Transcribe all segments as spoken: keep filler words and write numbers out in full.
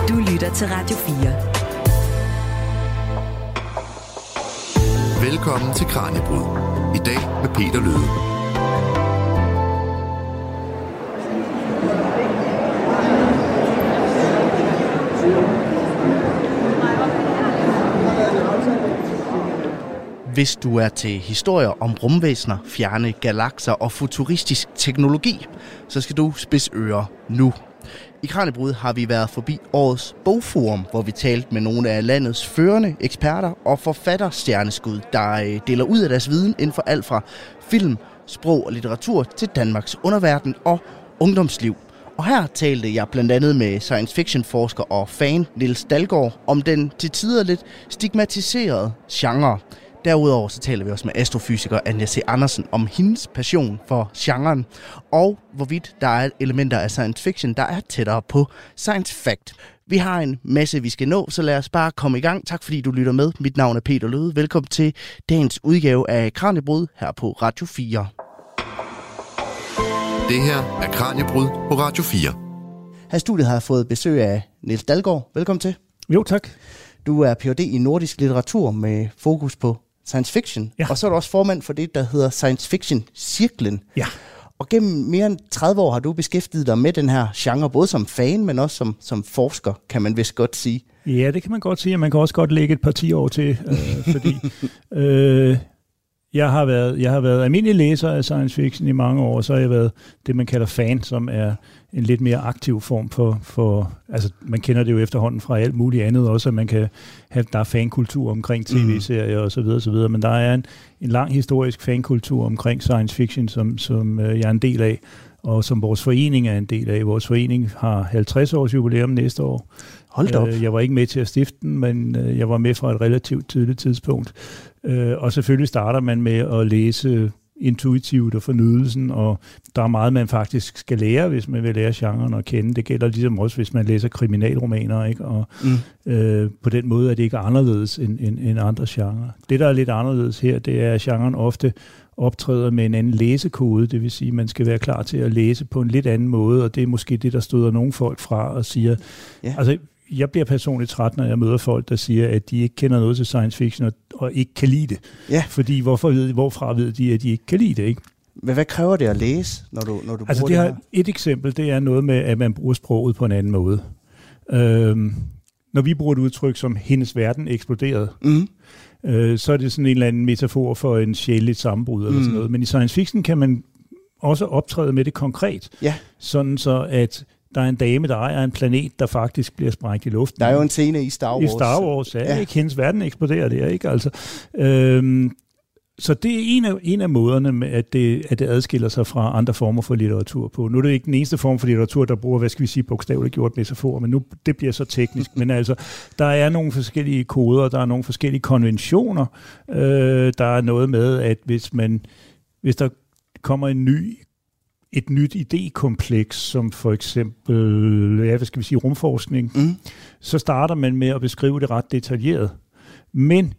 Du lytter til Radio fire. Velkommen til Kraniebrud. I dag med Peter Løde. Hvis du er til historier om rumvæsener, fjerne galakser og futuristisk teknologi, så skal du spidse ører nu. I Kraniebrud har vi været forbi årets bogforum, hvor vi talte med nogle af landets førende eksperter og forfatterstjerneskud, der deler ud af deres viden inden for alt fra film, sprog og litteratur til Danmarks underverden og ungdomsliv. Og her talte jeg blandt andet med science fiction forsker og fan Niels Dalgaard om den til tider lidt stigmatiserede genre. Derudover så taler vi også med astrofysiker Anja C. Andersen om hendes passion for genren, og hvorvidt der er elementer af science fiction, der er tættere på science fact. Vi har en masse, vi skal nå, så lad os bare komme i gang. Tak fordi du lytter med. Mit navn er Peter Løde. Velkommen til dagens udgave af Kraniebrud her på Radio fire. Det her er Kraniebrud på Radio fire. Her i studiet har jeg fået besøg af Niels Dalgaard. Velkommen til. Jo, tak. Du er P H D i nordisk litteratur med fokus på science fiction, ja. Og så er du også formand for det, der hedder Science Fiction Cirklen. Ja. Og gennem mere end tredive år har du beskæftiget dig med den her genre, både som fan, men også som, som forsker, kan man vist godt sige. Ja, det kan man godt sige, og man kan også godt lægge et par ti år til, øh, fordi øh, jeg, har været, jeg har været almindelig læser af science fiction i mange år, og så har jeg været det, man kalder fan, som er en lidt mere aktiv form for, for, altså man kender det jo efterhånden fra alt muligt andet også, at man kan have, der er fankultur omkring tv-serier og så videre, så videre, men der er en, en lang historisk fankultur omkring science fiction, som, som øh, jeg er en del af, og som vores forening er en del af. Vores forening har halvtreds års jubilæum næste år. Hold da op. Øh, jeg var ikke med til at stifte den, men øh, jeg var med fra et relativt tidligt tidspunkt. Øh, og selvfølgelig starter man med at læse intuitivt og fornyelsen, og der er meget, man faktisk skal lære, hvis man vil lære genren at kende. Det gælder ligesom også, hvis man læser kriminalromaner, ikke? Og mm. øh, på den måde er det ikke anderledes end, end, end andre genrer. Det, der er lidt anderledes her, det er, at genren ofte optræder med en anden læsekode, det vil sige, at man skal være klar til at læse på en lidt anden måde, og det er måske det, der støder nogle folk fra og siger, ja. altså jeg bliver personligt træt, når jeg møder folk, der siger, at de ikke kender noget til science fiction og, og ikke kan lide det. Ja. Fordi hvorfor ved, hvorfra ved de, at de ikke kan lide det, ikke? Men hvad kræver det at læse, når du, når du altså, bruger det, det her? Et eksempel, det er noget med, at man bruger sproget på en anden måde. Øhm, når vi bruger et udtryk som, hendes verden eksploderede, mm. øh, så er det sådan en eller anden metafor for en sjældent sammenbrud eller mm. sådan noget. Men i science fiction kan man også optræde med det konkret, ja. Sådan så at der er en dame, der ejer en planet, der faktisk bliver sprængt i luften. Der er jo en scene i Star Wars. I Star Wars, ja. ja. Ikke? Hendes verden eksploderer der, ikke? Altså, øhm, så det er en af, en af måderne, med, at, det, at det adskiller sig fra andre former for litteratur på. Nu er det ikke den eneste form for litteratur, der bruger, hvad skal vi sige, bogstaveligt gjort metaforer, men nu det bliver så teknisk. Men altså, der er nogle forskellige koder, der er nogle forskellige konventioner. Øh, der er noget med, at hvis man, hvis der kommer en ny et nyt idékompleks, som for eksempel, ja, hvad skal vi sige, rumforskning, mm. så starter man med at beskrive det ret detaljeret. Men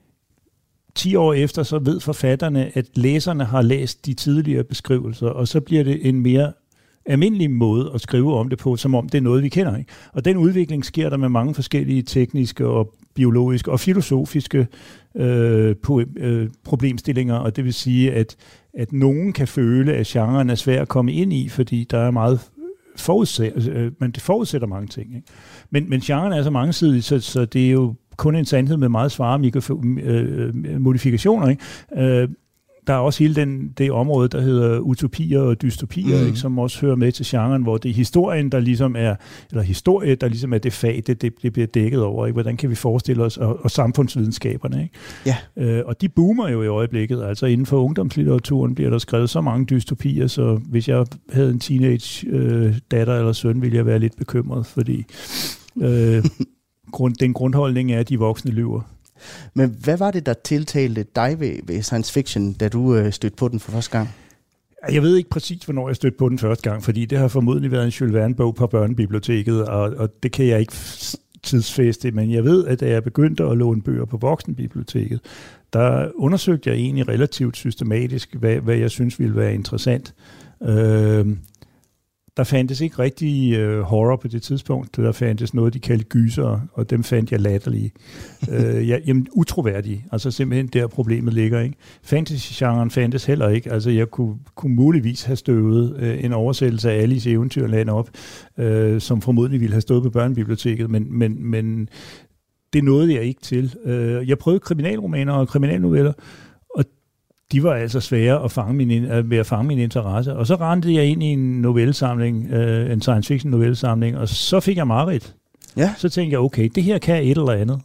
ti år efter, så ved forfatterne, at læserne har læst de tidligere beskrivelser, og så bliver det en mere almindelig måde at skrive om det på, som om det er noget, vi kender. Ikke? Og den udvikling sker der med mange forskellige tekniske og biologiske og filosofiske øh, på, øh, problemstillinger, og det vil sige, at, at nogen kan føle, at genren er svær at komme ind i, fordi der er meget forudsæt, øh, men det forudsætter mange ting. Ikke? Men, men genren er så mangesidig, så, så det er jo kun en sandhed med meget svare øh, modifikationer. Ikke? Øh, Der er også hele den, det område, der hedder utopier og dystopier, mm. ikke, som også hører med til genren, hvor det er historien, der ligesom er, eller historie, der ligesom er det fag, det, det, det bliver dækket over. Ikke? Hvordan kan vi forestille os, og, og samfundsvidenskaberne. Ikke? Ja. Øh, og de boomer jo i øjeblikket. Altså inden for ungdomslitteraturen bliver der skrevet så mange dystopier, så hvis jeg havde en teenage øh, datter eller søn, ville jeg være lidt bekymret, fordi øh, grund, den grundholdning er, at de voksne lyver. Men hvad var det, der tiltalte dig ved, ved science fiction, da du øh, stødte på den for første gang? Jeg ved ikke præcis, hvornår jeg stødte på den første gang, fordi det har formodentlig været en Jules Verne-bog på børnebiblioteket, og, og det kan jeg ikke tidsfæste, men jeg ved, at da jeg begyndte at låne bøger på voksenbiblioteket, der undersøgte jeg egentlig relativt systematisk, hvad, hvad jeg synes ville være interessant. Øh, der fandtes ikke rigtig øh, horror på det tidspunkt. Der fandtes noget, de kaldte gyser, og dem fandt jeg latterlige. øh, ja, jamen, utroværdige. Altså simpelthen der problemet ligger, ikke? Fantasy-genren fandtes heller ikke. Altså jeg kunne, kunne muligvis have støvet øh, en oversættelse af Alice i Eventyrland op, øh, som formodentlig ville have stået på børnebiblioteket, men, men, men det nåede jeg ikke til. Øh, jeg prøvede kriminalromaner og kriminalnoveller, og de var altså svære at fange min, ved at fange min interesse. Og så rendte jeg ind i en novellesamling, øh, en science fiction novellesamling, og så fik jeg mareridt. Ja. Så tænkte jeg, okay, det her kan et eller andet.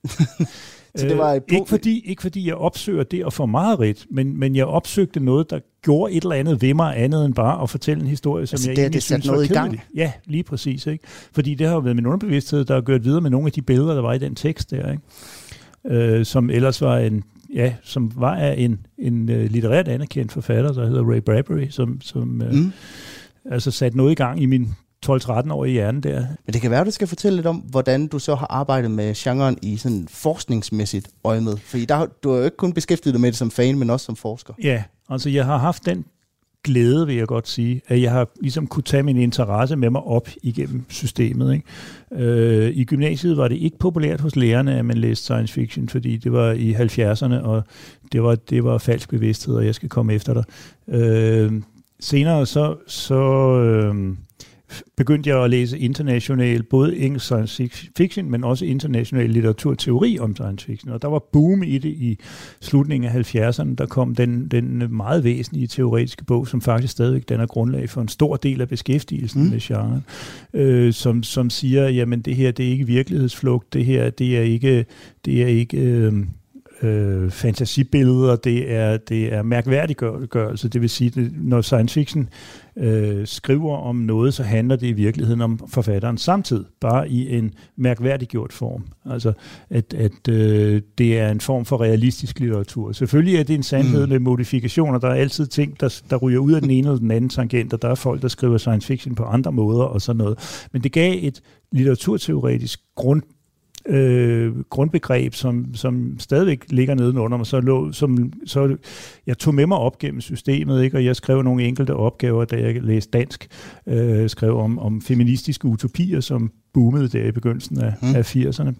Så det var øh, ikke, fordi, ikke fordi jeg opsøger det at få mareridt, men, men jeg opsøgte noget, der gjorde et eller andet ved mig, andet end bare at fortælle en historie, som altså jeg det, egentlig det synes noget var i gang. kedelig. Ja, lige præcis. Ikke? Fordi det har jo været min underbevidsthed, der har gjort videre med nogle af de billeder, der var i den tekst der, ikke? Øh, som ellers var en Ja, som var af en, en uh, litterært anerkendt forfatter, der hedder Ray Bradbury, som, som uh, mm. altså satte noget i gang i min tolv-tretten-årige hjerne der. Men det kan være, at du skal fortælle lidt om, hvordan du så har arbejdet med genren i sådan forskningsmæssigt øjemed. Fordi der, du har jo ikke kun beskæftiget dig med det som fan, men også som forsker. Ja, altså jeg har haft den glæde, vil jeg godt sige, at jeg har ligesom kunne tage min interesse med mig op igennem systemet. Ikke? Øh, I gymnasiet var det ikke populært hos lærerne, at man læste science fiction, fordi det var i halvfjerdserne, og det var, det var falsk bevidsthed, og jeg skal komme efter dig. Øh, senere så, så øh, begyndte jeg at læse international, både engelsk science fiction, men også international litteraturteori om science fiction. Og der var boom i det i slutningen af halvfjerdserne. Der kom den, den meget væsentlige teoretiske bog, som faktisk stadigvæk danner grundlag for en stor del af beskæftigelsen mm. med genren, øh, som, som siger, jamen det her, det er ikke virkelighedsflugt, det her, det er ikke, det er ikke øh, øh, fantasibilleder, det er, det er mærkværdiggørelse. Det vil sige, at når science fiction øh, skriver om noget, så handler det i virkeligheden om forfatterens samtid, bare i en mærkværdiggjort form. Altså, at, at øh, det er en form for realistisk litteratur. Selvfølgelig er det en sandhed mm. med modifikationer. Der er altid ting, der, der ryger ud af den ene eller den anden tangent, og der er folk, der skriver science fiction på andre måder og sådan noget. Men det gav et litteraturteoretisk grund Øh, grundbegreb, som, som stadigvæk ligger nedenunder mig, så, lå, som, så jeg tog med mig op gennem systemet, ikke? Og jeg skrev nogle enkelte opgaver, da jeg læste dansk, øh, skrev om, om feministiske utopier, som boomede der i begyndelsen af, mm. af firserne.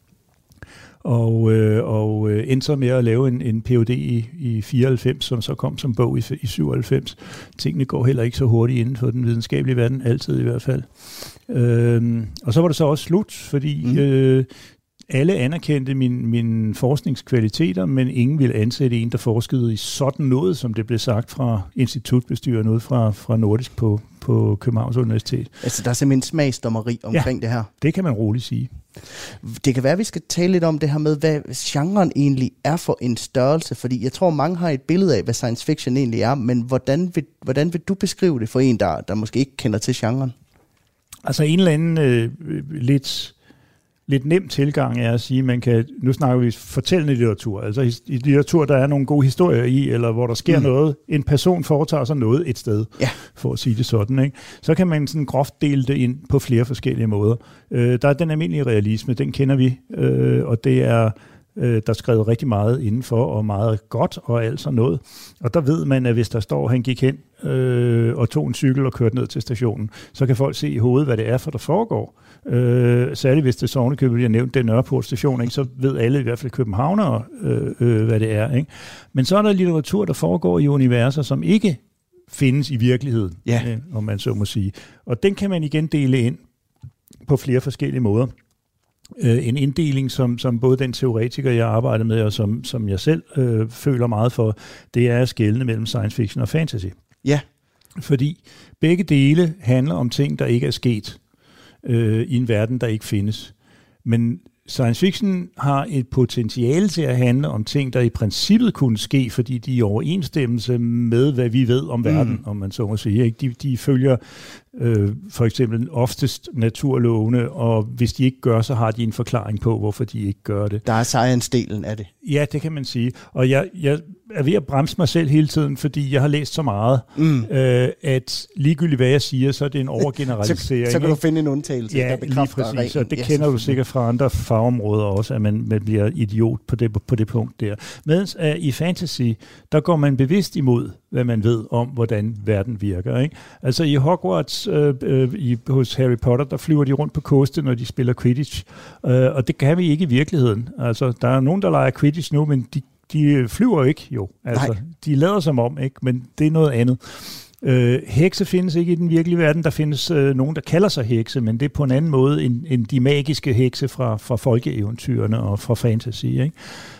Og, øh, og øh, endte så med at lave en, en P H D i, i fireoghalvfems, som så kom som bog i, i syvoghalvfems. Tingene går heller ikke så hurtigt inden for den videnskabelige verden, altid i hvert fald. Øh, og så var det så også slut, fordi mm. øh, alle anerkendte min, mine forskningskvaliteter, men ingen ville ansætte en, der forskede i sådan noget, som det blev sagt fra institutbestyreren ud fra, fra Nordisk på, på Københavns Universitet. Altså der er simpelthen smagsdommeri omkring ja, det her? Det kan man roligt sige. Det kan være, at vi skal tale lidt om det her med, hvad genren egentlig er for en størrelse, fordi jeg tror, mange har et billede af, hvad science fiction egentlig er, men hvordan vil, hvordan vil du beskrive det for en, der, der måske ikke kender til genren? Altså en eller anden øh, lidt... lidt nem tilgang er at sige, man kan, nu snakker vi fortællende litteratur, altså i, i litteratur, der er nogle gode historier i, eller hvor der sker mm. noget, en person foretager sig noget et sted, ja. for at sige det sådan, ikke? Så kan man sådan groft dele det ind på flere forskellige måder. Øh, der er den almindelige realisme, den kender vi, øh, og det er, øh, der er skrevet rigtig meget indenfor, og meget godt, og alt sådan noget. Og der ved man, at hvis der står, han gik hen øh, og tog en cykel og kørte ned til stationen, så kan folk se i hovedet, hvad det er, for der foregår. Øh, særligt hvis det Sognekøbet bliver nævnt, det er Nørreport station, ikke, så ved alle i hvert fald københavnere, øh, øh, hvad det er. Ikke? Men så er der litteratur, der foregår i universer, som ikke findes i virkeligheden, ja. øh, om man så må sige. Og den kan man igen dele ind på flere forskellige måder. Øh, en inddeling, som, som både den teoretiker, jeg arbejder med, og som, som jeg selv øh, føler meget for, det er at skelne mellem science fiction og fantasy. Ja. Fordi begge dele handler om ting, der ikke er sket øh, i en verden, der ikke findes. Men science fiction har et potentiale til at handle om ting, der i princippet kunne ske, fordi de er i overensstemmelse med, hvad vi ved om verden, mm. om man så må sige. Ikke? De, de følger øh, for eksempel oftest naturlovene, og hvis de ikke gør, så har de en forklaring på, hvorfor de ikke gør det. Der er science-delen af det. Ja, det kan man sige. Og jeg, jeg er ved at bremse mig selv hele tiden, fordi jeg har læst så meget, mm. øh, at ligegyldigt hvad jeg siger, så er det en overgeneralisering. så, så kan du finde en undtagelse, ja, der bekræfter lige præcis, og det ja, kender du sikkert fra andre fagområder også, at man, man bliver idiot på det, på det punkt der. Mens uh, i fantasy, der går man bevidst imod, hvad man ved om, hvordan verden virker. Ikke? Altså i Hogwarts, Hogwarts, øh, øh, i, hos Harry Potter, der flyver de rundt på koste, når de spiller Quidditch. Øh, og det kan vi ikke i virkeligheden. Altså, der er nogen, der leger Quidditch nu, men de, de flyver jo ikke, jo. Altså, Nej. De lader som om, ikke? Men det er noget andet. Øh, hekse findes ikke i den virkelige verden. Der findes øh, nogen, der kalder sig hekse, men det er på en anden måde end, end de magiske hekse fra, fra folkeeventyrene og fra fantasy, ikke?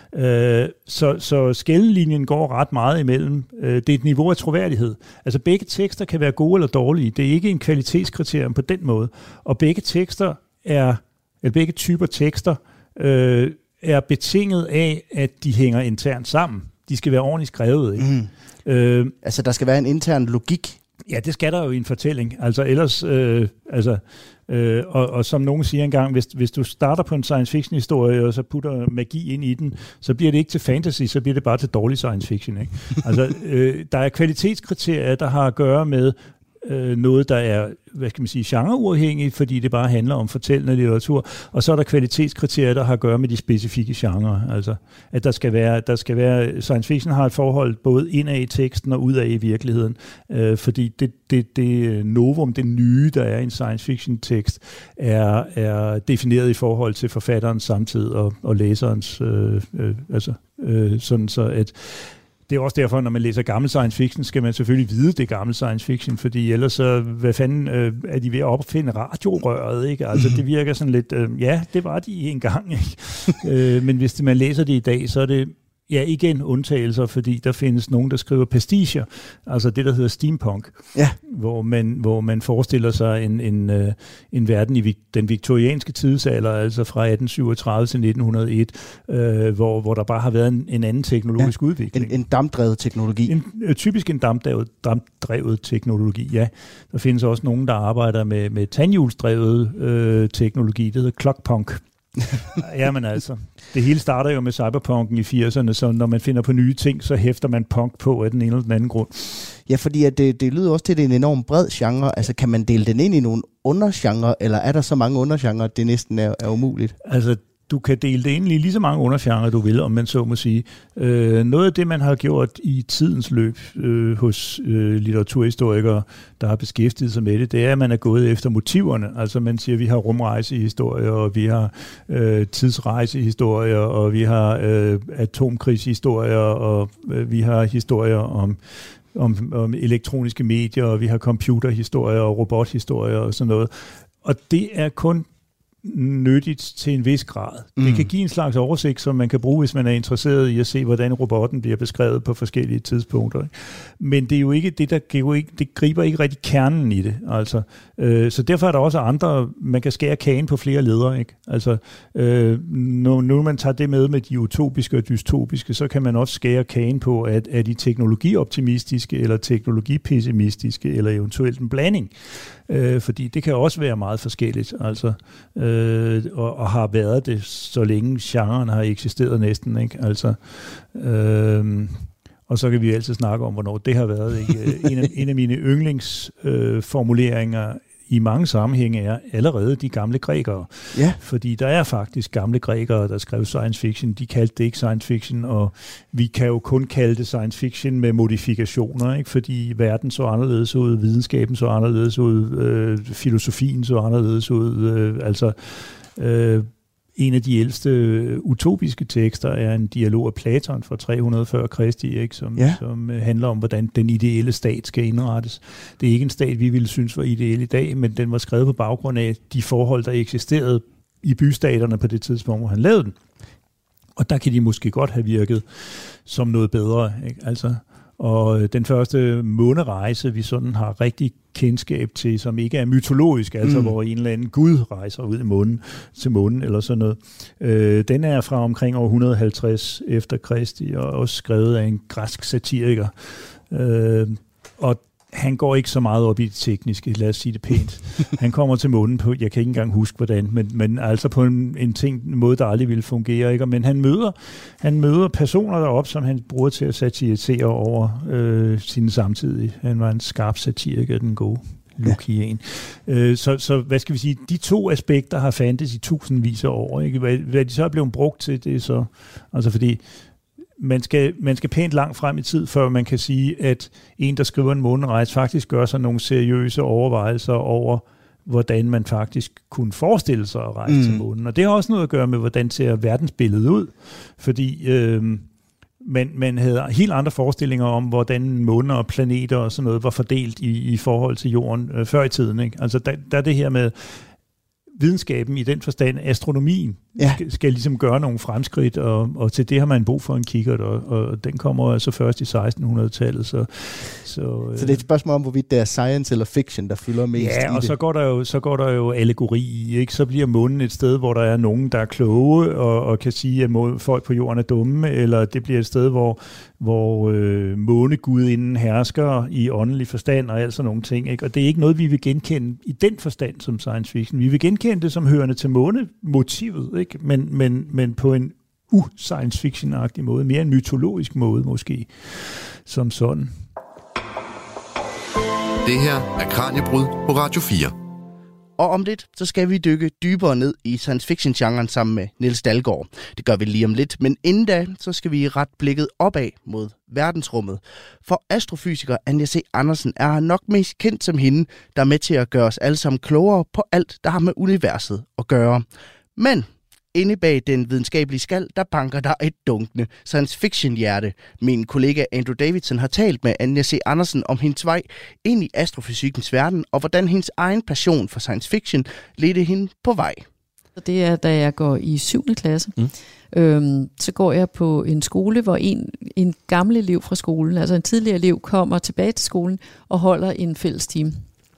Øh, så, så skellenlinjen går ret meget imellem. Øh, det er et niveau af troværdighed. Altså begge tekster kan være gode eller dårlige. Det er ikke en kvalitetskriterium på den måde. Og begge tekster er, eller begge typer tekster øh, er betinget af, at de hænger internt sammen. De skal være ordentligt skrevet, ikke? Mm. Øh, altså, der skal være en intern logik. Ja, det skal der jo i en fortælling. Altså, ellers, øh, altså, øh, og, og som nogen siger engang, hvis, hvis du starter på en science fiction historie, og så putter magi ind i den, så bliver det ikke til fantasy, så bliver det bare til dårlig science fiction, ikke? Altså, øh, der er kvalitetskriterier, der har at gøre med øh, noget, der er, hvad skal man sige, genreuafhængigt, fordi det bare handler om fortællende litteratur, og så er der kvalitetskriterier, der har at gøre med de specifikke genrer. Altså, at der skal være, der skal være, science fiction har et forhold både indad i teksten og udad i virkeligheden, øh, fordi det, det, det novum, det nye, der er i en science fiction tekst, er, er defineret i forhold til forfatterens samtid og, og læserens, øh, øh, altså, øh, sådan så at det er også derfor, når man læser gammel science fiction, skal man selvfølgelig vide, det er gammel science fiction, fordi ellers så, hvad fanden, øh, er de ved at opfinde radiorøret, ikke? Altså, det virker sådan lidt, øh, ja, det var de engang, ikke? øh, men hvis det, man læser det i dag, så er det, ja, igen undtagelser, fordi der findes nogen, der skriver pasticher, altså det, der hedder steampunk, ja. hvor, man, hvor man forestiller sig en, en, øh, en verden i den viktorianske tidsalder, altså fra atten syvogtredive til nitten hundrede og et, øh, hvor, hvor der bare har været en, en anden teknologisk ja, udvikling. En, en dampdrevet teknologi. En, øh, typisk en dampdrevet, dampdrevet teknologi, ja. Der findes også nogen, der arbejder med, med tandhjulsdrevet øh, teknologi, det hedder clockpunk. Jamen altså, det hele starter jo med cyberpunken i firserne, så når man finder på nye ting, så hæfter man punk på af den ene eller den anden grund. Ja, fordi at det, det lyder også til, at det er en enorm bred genre. Altså, kan man dele den ind i nogle undergenre, eller er der så mange undergenre, at det næsten er, er umuligt? Altså, du kan dele det ind i lige så mange undergenre, du vil, om man så må sige. Øh, noget af det, man har gjort i tidens løb øh, hos øh, litteraturhistorikere, der har beskæftiget sig med det, det er, at man er gået efter motiverne. Altså man siger, at vi har rumrejsehistorier, og vi har øh, tidsrejsehistorier, og vi har øh, atomkrigshistorier, og øh, vi har historier om Om, om elektroniske medier, og vi har computerhistorier og robothistorier og sådan noget. Og det er kun nyttigt til en vis grad. Mm. Det kan give en slags oversigt, som man kan bruge, hvis man er interesseret i at se, hvordan robotten bliver beskrevet på forskellige tidspunkter. Men det er jo ikke det, der jo ikke, det griber ikke rigtig kernen i det. Altså, øh, så derfor er der også andre, man kan skære kagen på flere ledere. Ikke? Altså, øh, når, når man tager det med med de utopiske og dystopiske, så kan man også skære kagen på, at er de teknologioptimistiske, eller teknologipessimistiske, eller eventuelt en blanding. Øh, fordi det kan også være meget forskelligt, altså, øh, og, og har været det, så længe genren har eksisteret næsten, ikke? Altså, øh, og så kan vi altid snakke om, hvornår det har været. Ikke? En, af, en af mine yndlingsformuleringer øh, i mange sammenhænge er allerede de gamle grækere. Ja. Fordi der er faktisk gamle grækere, der skrev science fiction. De kaldte det ikke science fiction, og vi kan jo kun kalde det science fiction med modifikationer, ikke? Fordi verden så anderledes ud, videnskaben så anderledes ud, øh, filosofien så anderledes ud. Øh, altså, øh, en af de ældste utopiske tekster er en dialog af Platon fra tre hundrede før Kristi, ikke? Som, ja. som handler om, hvordan den ideelle stat skal indrettes. Det er ikke en stat, vi ville synes var ideel i dag, men den var skrevet på baggrund af de forhold, der eksisterede i bystaterne på det tidspunkt, hvor han lavede den. Og der kan de måske godt have virket som noget bedre, ikke? Altså, og den første månerejse, vi sådan har rigtig kendskab til, som ikke er mytologisk, altså mm. hvor en eller anden gud rejser ud i månen, til månen eller sådan noget. Øh, den er fra omkring år et hundrede og halvtreds efter Kristi, og også skrevet af en græsk satiriker. Øh, og han går ikke så meget op i det tekniske, lad os sige det pænt. Han kommer til månen på, jeg kan ikke engang huske hvordan, men, men altså på en, en, ting, en måde, der aldrig ville fungere. Ikke? Men han møder, han møder personer deroppe, som han bruger til at satirisere over øh, sine samtidige. Han var en skarp satiriker, den gode Lukian. Ja. Øh, så, så hvad skal vi sige, de to aspekter har fandtes i tusindvis af år. Ikke? Hvad, hvad de så er blevet brugt til, det er så, altså fordi man skal, man skal pænt langt frem i tid, før man kan sige, at en, der skriver en månerejse, faktisk gør sig nogle seriøse overvejelser over, hvordan man faktisk kunne forestille sig at rejse mm. til månen. Og det har også noget at gøre med, hvordan ser verdensbilledet ud. Fordi øh, man, man havde helt andre forestillinger om, hvordan måner og planeter og sådan noget var fordelt i, i forhold til jorden øh, før i tiden. Ikke? Altså der, der er det her med videnskaben i den forstand, astronomien, ja. skal, skal ligesom gøre nogle fremskridt, og, og til det har man brug for en kikkert, og, og den kommer altså først i sekstenhundredetallet. Så, så, så det er et spørgsmål om, hvorvidt det er science eller fiction, der fylder mest ja, i det. og så går der jo, så går der jo allegori i, ikke? Så bliver månen et sted, hvor der er nogen, der er kloge, og, og kan sige, at må, folk på jorden er dumme, eller det bliver et sted, hvor, hvor øh, månegudinden hersker i åndelig forstand, og alt sådan nogle ting. Ikke? Og det er ikke noget, vi vil genkende i den forstand som science fiction. Vi vil genkende det som hørende til månemotivet, ikke? Men, men, men på en u-science fiction-agtig måde, mere en mytologisk måde måske, som sådan. Det her er Kraniebrud på Radio fire. Og om lidt, så skal vi dykke dybere ned i science fiction-genren sammen med Niels Dalgaard. Det gør vi lige om lidt, men inden da, så skal vi ret blikket opad mod verdensrummet. For astrofysiker Anja C. Andersen er nok mest kendt som hende, der er med til at gøre os alle sammen klogere på alt, der har med universet at gøre. Men inde bag den videnskabelige skal, der banker der et dunkende science fiction-hjerte. Min kollega Andrew Davidson har talt med Anja C. Andersen om hendes vej ind i astrofysikkens verden, og hvordan hendes egen passion for science fiction ledte hende på vej. Det er, da jeg går i syvende klasse. Mm. Øhm, så går jeg på en skole, hvor en, en gammel elev fra skolen, altså en tidligere elev, kommer tilbage til skolen og holder en fælles time.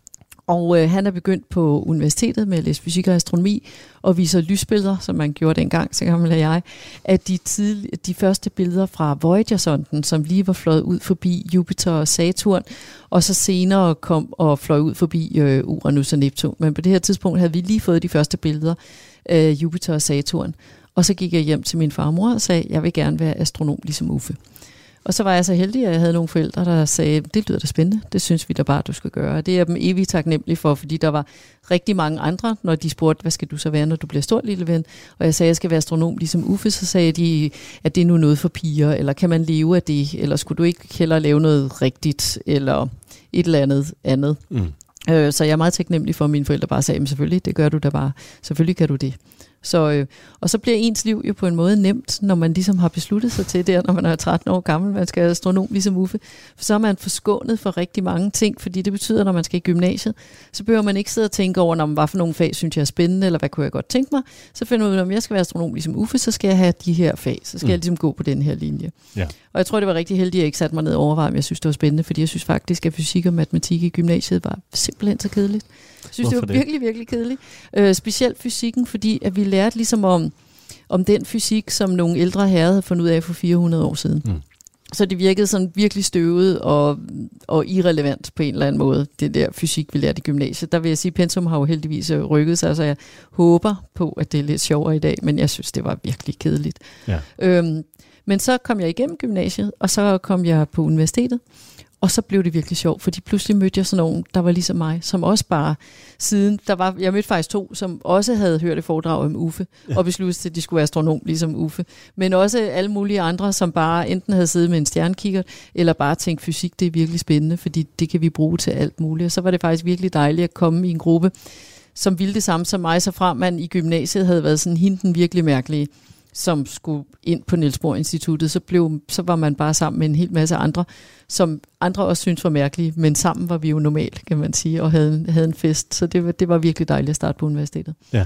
Og øh, han er begyndt på universitetet med at læse fysik og astronomi, og viser lysbilleder, som man gjorde dengang, så gammel er jeg, af de, tidlig, de første billeder fra Voyager-sonden, som lige var fløjet ud forbi Jupiter og Saturn, og så senere kom og fløj ud forbi øh, Uranus og Neptun. Men på det her tidspunkt havde vi lige fået de første billeder af Jupiter og Saturn. Og så gik jeg hjem til min farmor og sagde, jeg vil gerne være astronom ligesom Uffe. Og så var jeg så heldig, at jeg havde nogle forældre, der sagde, det lyder da spændende, det synes vi da bare, du skal gøre. Det er dem evigt taknemmelige for, fordi der var rigtig mange andre, når de spurgte, hvad skal du så være, når du bliver stor, lille ven? Og jeg sagde, jeg skal være astronom ligesom Uffe, så sagde de, at det er nu noget for piger, eller kan man leve af det, eller skulle du ikke hellere lave noget rigtigt, eller et eller andet andet. Mm. Øh, så jeg er meget taknemmelig for, at mine forældre bare sagde, men selvfølgelig, det gør du da bare, selvfølgelig kan du det. Så, øh, og så bliver ens liv jo på en måde nemt, når man ligesom har besluttet sig til det, når man er tretten år gammel, man skal være astronom ligesom Uffe. For så er man forskånet for rigtig mange ting, fordi det betyder, når man skal i gymnasiet, så behøver man ikke sidde og tænke over, hvad for nogle fag synes jeg er spændende, eller hvad kunne jeg godt tænke mig. Så finder man ud af, om jeg skal være astronom ligesom Uffe, så skal jeg have de her fag, så skal mm. jeg ligesom gå på den her linje. Ja. Og jeg tror, det var rigtig heldigt, at jeg ikke satte mig ned og overvejede, om jeg synes, det var spændende, fordi jeg synes faktisk, at fysik og matematik i gymnasiet var simpelthen så kedeligt. Jeg synes, Hvorfor det var det? virkelig, virkelig kedeligt. Øh, specielt fysikken, fordi at vi lærte ligesom om, om den fysik, som nogle ældre herrer havde fundet ud af for fire hundrede år siden. Mm. Så det virkede sådan virkelig støvet og, og irrelevant på en eller anden måde, det der fysik, vi lærte i gymnasiet. Der vil jeg sige, pensum har jo heldigvis rykket sig, så jeg håber på, at det er lidt sjovere i dag, men jeg synes, det var virkelig kedeligt. Ja. Øhm, men så kom jeg igennem gymnasiet, og så kom jeg på universitetet, og så blev det virkelig sjovt, fordi pludselig mødte jeg sådan nogen, der var ligesom mig, som også bare siden, der var, jeg mødte faktisk to, som også havde hørt et foredrag om Uffe, ja. og besluttet til, at de skulle være astronom ligesom Uffe. Men også alle mulige andre, som bare enten havde siddet med en stjernekikkert, eller bare tænkt, fysik, det er virkelig spændende, fordi det kan vi bruge til alt muligt. Og så var det faktisk virkelig dejligt at komme i en gruppe, som ville det samme som mig, så frem man i gymnasiet havde været sådan hinten virkelig mærkelige, som skulle ind på Niels Bohr Instituttet, så, blev, så var man bare sammen med en hel masse andre, som andre også synes var mærkelige, men sammen var vi jo normalt, kan man sige, og havde, havde en fest. Så det var, det var virkelig dejligt at starte på universitetet. Ja.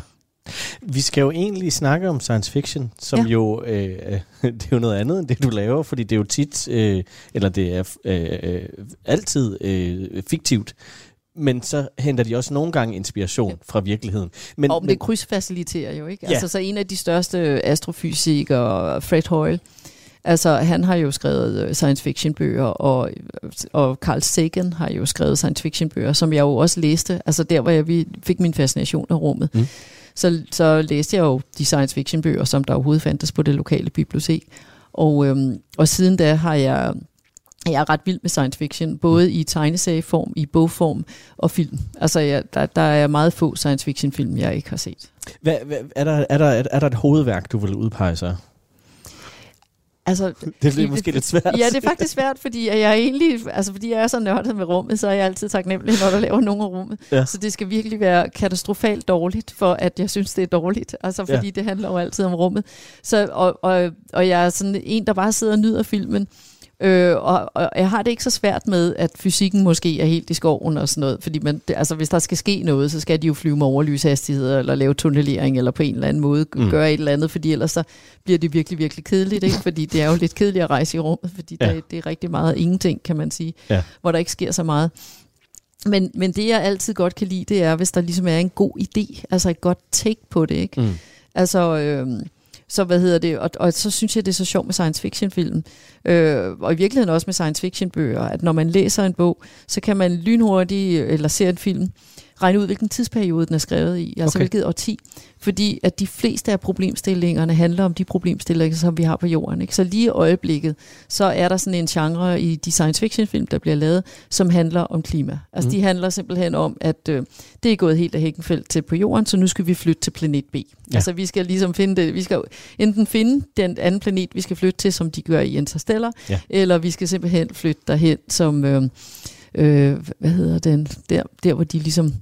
Vi skal jo egentlig snakke om science fiction, som ja. jo øh, det er jo noget andet end det, du laver, fordi det er jo tit, øh, eller det er øh, altid øh, fiktivt. Men så henter de også nogle gange inspiration ja. fra virkeligheden. Men, og men det krydsfaciliterer jo, ikke? Ja. Altså så en af de største astrofysikere, Fred Hoyle, altså han har jo skrevet science fiction bøger, og, og Carl Sagan har jo skrevet science fiction bøger, som jeg jo også læste. Altså der, hvor jeg fik min fascination af rummet. Mm. Så, så læste jeg jo de science fiction bøger, som der overhovedet fandtes på det lokale bibliotek. Og, øhm, og siden da har jeg... Jeg er ret vild med science fiction, både i tegneserieform, i bogform og film. Altså, jeg, der, der er meget få science fiction film, jeg ikke har set. Hvad, hvad, er, der, er, der, er der et hovedværk, du vil udpege sig? Altså, det er måske lidt svært. Ja, det er faktisk svært, fordi jeg er egentlig, altså fordi jeg er så nørdet med rummet, så er jeg altid taknemmelig, når der laver nogen af rummet. Ja. Så det skal virkelig være katastrofalt dårligt, for at jeg synes, det er dårligt. Altså fordi ja. det handler jo altid om rummet. Så, og, og, og jeg er sådan en, der bare sidder og nyder filmen. Øh, og, og jeg har det ikke så svært med, at fysikken måske er helt i skoven og sådan noget, fordi man, det, altså, hvis der skal ske noget, så skal de jo flyve med overlyshastigheder, eller lave tunnelering, eller på en eller anden måde mm. gøre et eller andet, fordi ellers så bliver det virkelig, virkelig kedeligt, ikke? Fordi det er jo lidt kedeligt at rejse i rummet, fordi ja. det, det er rigtig meget ingenting, kan man sige, ja. hvor der ikke sker så meget. Men, men det, jeg altid godt kan lide, det er, hvis der ligesom er en god idé, altså et godt take på det, ikke? Mm. Altså... Øh, Så hvad hedder det, og, og så synes jeg, det er så sjovt med science fiction film, øh, og i virkeligheden også med science fiction bøger, at når man læser en bog, så kan man lynhurtigt, eller ser en film, regne ud, hvilken tidsperiode den er skrevet i, altså okay. hvilket årti, fordi at de fleste af problemstillingerne handler om de problemstillinger, som vi har på jorden, ikke? Så lige i øjeblikket, så er der sådan en genre i de science fiction film, der bliver lavet, som handler om klima. Altså mm. de handler simpelthen om, at øh, det er gået helt af hækkenfelt til på jorden, så nu skal vi flytte til planet B. Ja. Altså vi skal ligesom finde det, vi skal enten finde den anden planet, vi skal flytte til, som de gør i Interstellar, ja. eller vi skal simpelthen flytte derhen, som, øh, øh, hvad hedder den, der, der hvor de ligesom,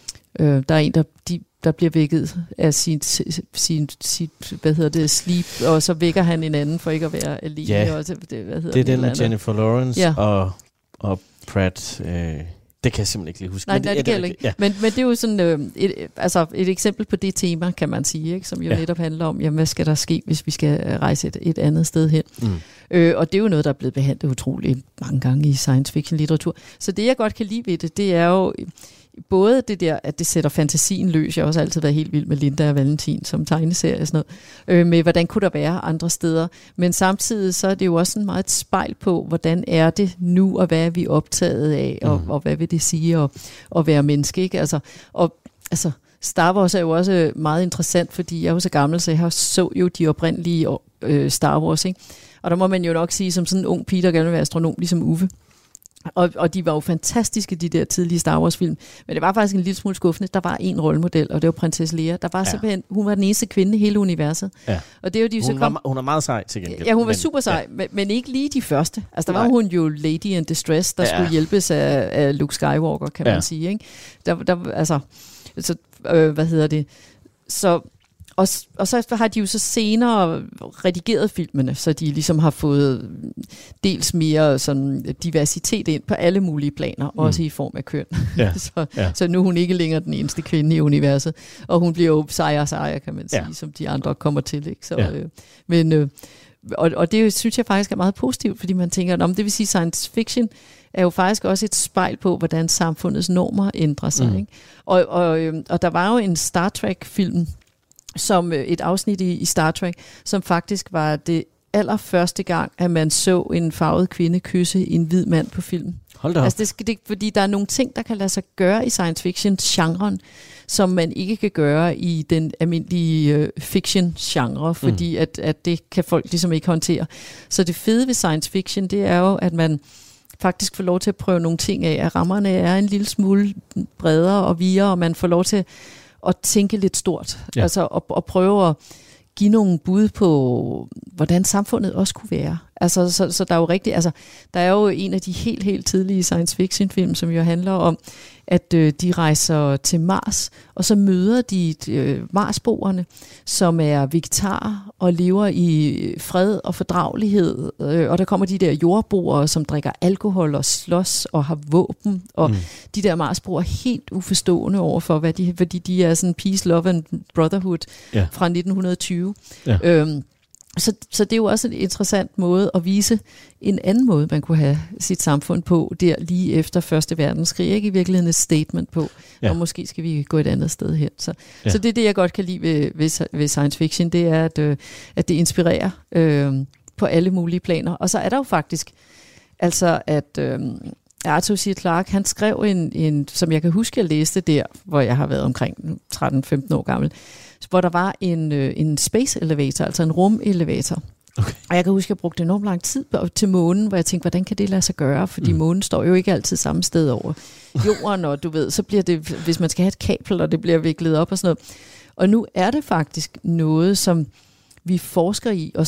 øh, der er en, der, de, der bliver vækket af sin, sin, sin, hvad hedder det, sleep, og så vækker han en anden for ikke at være alene. Ja, og så, det, hvad det er den med Jennifer Lawrence ja. og, og Pratt. Øh, det kan jeg simpelthen ikke lige huske. Nej, men det, nej, det, det kan jeg ikke. Ja. Men, men det er jo sådan øh, et, altså et eksempel på det tema, kan man sige, ikke? Som jo ja. netop handler om, jamen, hvad skal der ske, hvis vi skal rejse et, et andet sted hen. Mm. Øh, og det er jo noget, der er blevet behandlet utroligt mange gange i science fiction litteratur. Så det, jeg godt kan lide ved det, det er jo både det der, at det sætter fantasien løs. Jeg har også altid været helt vild med Linda og Valentin som tegneserie og sådan noget. Øh, med hvordan kunne der være andre steder. Men samtidig så er det jo også sådan meget et spejl på, hvordan er det nu, og hvad er vi optaget af, og, mm. og hvad vil det sige at, at være menneske, ikke? Altså, og, altså, Star Wars er jo også meget interessant, fordi jeg er jo så gammel, så jeg så jo de oprindelige øh, Star Wars, ikke? Og der må man jo nok sige, som sådan en ung pige, der gerne vil være astronom, ligesom Uffe. Og, og de var jo fantastiske, de der tidlige Star Wars film. Men det var faktisk en lille smule skuffende. Der var en rollemodel, og det var prinsesse Leia. Der var ja. simpelthen, hun var den eneste kvinde i hele universet. Ja. Og det er jo de hun, så kom, var, hun er meget sej til gengæld. Ja, hun var men, super sej, ja. men, men ikke lige de første. Altså der Nej. var hun jo Lady in Distress, der ja. skulle hjælpes af, af Luke Skywalker, kan ja. man sige. Ikke? Der, der, altså, så, øh, hvad hedder det? Så... Og, og så har de jo så senere redigeret filmene, så de ligesom har fået dels mere sådan diversitet ind på alle mulige planer, mm. også i form af køn. Ja. så, ja. så nu er hun ikke længere den eneste kvinde i universet, og hun bliver jo sejere og sejere, kan man sige, ja. som de andre kommer til. Ikke? Så, ja. øh, men, øh, og, og det synes jeg faktisk er meget positivt, fordi man tænker, om det vil sige science fiction, er jo faktisk også et spejl på, hvordan samfundets normer ændrer sig. Mm. Ikke? Og, og, øh, og der var jo en Star Trek-film, som et afsnit i, i Star Trek, som faktisk var det allerførste gang, at man så en farvet kvinde kysse en hvid mand på film. Hold da op. Altså det skal, det, fordi der er nogle ting, der kan lade sig gøre i science fiction-genren, som man ikke kan gøre i den almindelige øh, fiction-genre, fordi mm. at, at det kan folk ligesom ikke håndtere. Så det fede ved science fiction, det er jo, at man faktisk får lov til at prøve nogle ting af, at rammerne er en lille smule bredere og videre, og man får lov til at tænke lidt stort, ja. altså at, at prøve at give nogle bud på, hvordan samfundet også kunne være. Altså, så, så der er jo rigtig, altså, der er jo en af de helt, helt tidlige science fiction film, som jo handler om, at øh, de rejser til Mars, og så møder de øh, Marsboerne, som er vegetarer og lever i fred og fordragelighed, øh, og der kommer de der jordboere, som drikker alkohol og slås og har våben, og mm. de der Marsboere er helt uforstående overfor, hvad de, fordi de er sådan peace, love and brotherhood ja. fra nitten tyve. Ja. Øhm, Så, så det er jo også en interessant måde at vise en anden måde, man kunne have sit samfund på, der lige efter første verdenskrig. Ikke i virkeligheden et statement på, ja. og måske skal vi gå et andet sted hen. Så, ja. så det er det, jeg godt kan lide ved, ved, ved science fiction, det er, at, øh, at det inspirerer øh, på alle mulige planer. Og så er der jo faktisk, altså at øh, Arthur C. Clarke, han skrev en, en, som jeg kan huske, jeg læste der, hvor jeg har været omkring tretten femten år gammel, hvor der var en, øh, en space elevator, altså en rumelevator. Okay. Og jeg kan huske, at jeg brugte enormt lang tid til månen, hvor jeg tænkte, hvordan kan det lade sig gøre? Fordi mm. månen står jo ikke altid samme sted over jorden, og du ved, så bliver det, hvis man skal have et kabel, og det bliver viklet op og sådan noget. Og nu er det faktisk noget, som vi forsker i, og som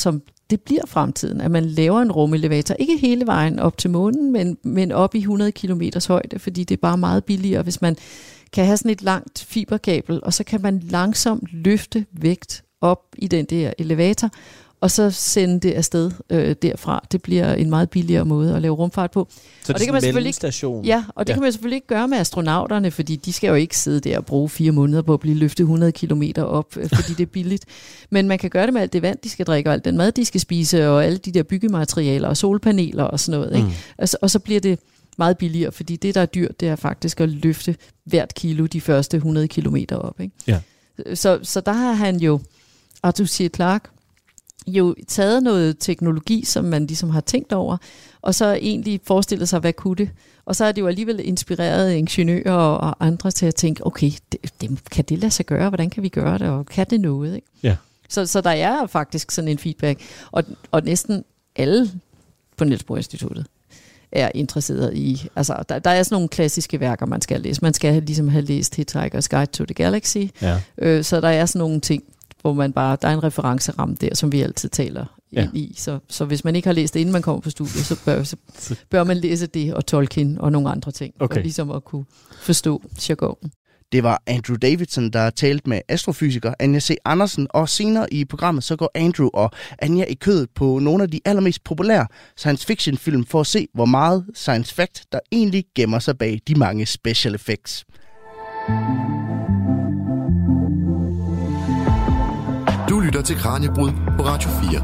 det bliver fremtiden, at man laver en rumelevator, ikke hele vejen op til månen, men, men op i hundrede kilometers højde, fordi det er bare meget billigere, hvis man kan have sådan et langt fiberkabel, og så kan man langsomt løfte vægt op i den der elevator, og så sende det afsted øh, derfra. Det bliver en meget billigere måde at lave rumfart på. Så og det, det kan man selvfølgelig ikke, ja, og det ja. kan man selvfølgelig ikke gøre med astronauterne, fordi de skal jo ikke sidde der og bruge fire måneder på at blive løftet hundrede kilometer op, fordi det er billigt. Men man kan gøre det med alt det vand, de skal drikke, og alt den mad, de skal spise, og alle de der byggematerialer og solpaneler og sådan noget. Ikke? Mm. Og, så, og så bliver det meget billigere, fordi det, der er dyrt, det er faktisk at løfte hvert kilo de første hundrede kilometer op. Ikke? Ja. Så, så der har han jo, Arthur C. Clarke, jo taget noget teknologi, som man ligesom har tænkt over, og så egentlig forestillet sig, hvad kunne det? Og så er det jo alligevel inspireret ingeniører og andre til at tænke, okay, det, det, kan det lade sig gøre? Hvordan kan vi gøre det? Og kan det noget? Ikke? Ja. Så, så der er faktisk sådan en feedback. Og, og næsten alle på Niels Bohr Instituttet er interesseret i, altså der, der er sådan nogle klassiske værker, man skal læse. Man skal ligesom have læst Hitchhiker's Guide to the Galaxy. Ja. Øh, så der er sådan nogle ting, hvor man bare, der er en referenceramme der, som vi altid taler ja. ind i. Så, så hvis man ikke har læst det, inden man kommer på studiet, så bør, så bør man læse det og Tolkien og nogle andre ting, okay. for ligesom at kunne forstå jargonen. Det var Andrew Davidson, der talte med astrofysiker Anja C. Andersen, og senere i programmet så går Andrew og Anja i kødet på nogle af de allermest populære science fiction film for at se, hvor meget science fact der egentlig gemmer sig bag de mange special effects. Du lytter til Kraniebrud på Radio fire.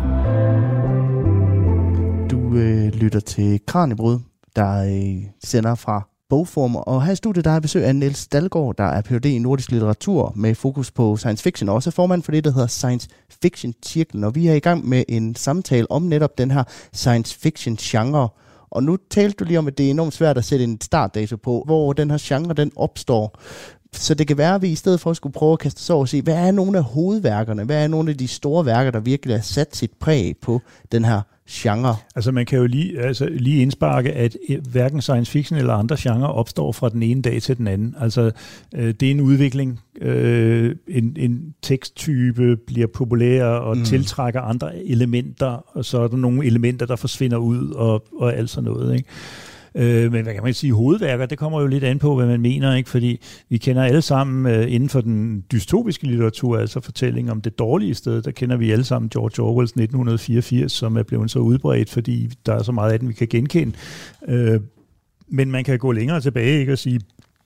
Du øh, lytter til Kraniebrud, der øh, sender fra Bogforum, og her i studiet der er besøg af Niels Dalgaard, der er P H D i nordisk litteratur med fokus på science fiction, og også er formand for det, der hedder Science Fiction Cirklen, og vi er i gang med en samtale om netop den her science fiction genre. Og nu talte du lige om, at det er enormt svært at sætte en startdato på, hvor den her genre den opstår. Så det kan være, at vi i stedet for at skulle prøve at kaste os over og se, hvad er nogle af hovedværkerne, hvad er nogle af de store værker, der virkelig har sat sit præg på den her genre? Altså man kan jo lige, altså, lige indsparke, at hverken science fiction eller andre genrer opstår fra den ene dag til den anden. Altså øh, det er en udvikling, øh, en, en teksttype bliver populær og mm. tiltrækker andre elementer, og så er der nogle elementer, der forsvinder ud og, og alt sådan noget, ikke? Øh, men hvad kan man sige, hovedværker, det kommer jo lidt an på, hvad man mener, ikke? Fordi vi kender alle sammen øh, inden for den dystopiske litteratur, altså fortælling om det dårlige sted, der kender vi alle sammen George Orwells nitten fireogfirs, som er blevet så udbredt, fordi der er så meget af den, vi kan genkende. Øh, men man kan gå længere tilbage, ikke, og sige,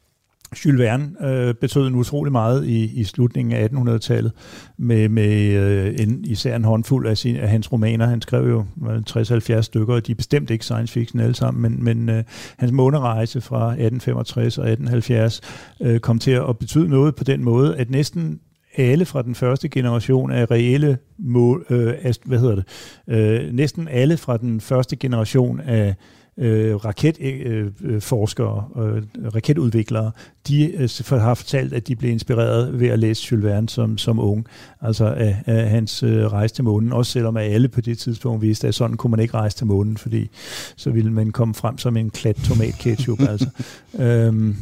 Jules Verne øh, betød en utrolig meget i, i slutningen af attenhundredetallet med, med øh, en, især en håndfuld af, sin, af hans romaner. Han skrev jo tres til halvfjerds stykker, og de er bestemt ikke science fiction alle sammen, men, men øh, hans månerejse fra atten femogtres og atten halvfjerds øh, kom til at betyde noget på den måde, at næsten alle fra den første generation af reelle mål, øh, hvad hedder det, øh, næsten alle fra den første generation af Øh, raketforskere, øh, øh, raketudviklere, de øh, har fortalt, at de blev inspireret ved at læse Jules Verne som, som ung, altså af, af hans øh, rejse til månen, også selvom alle på det tidspunkt vidste, at sådan kunne man ikke rejse til månen, fordi så ville man komme frem som en klat tomatketchup. altså. øhm,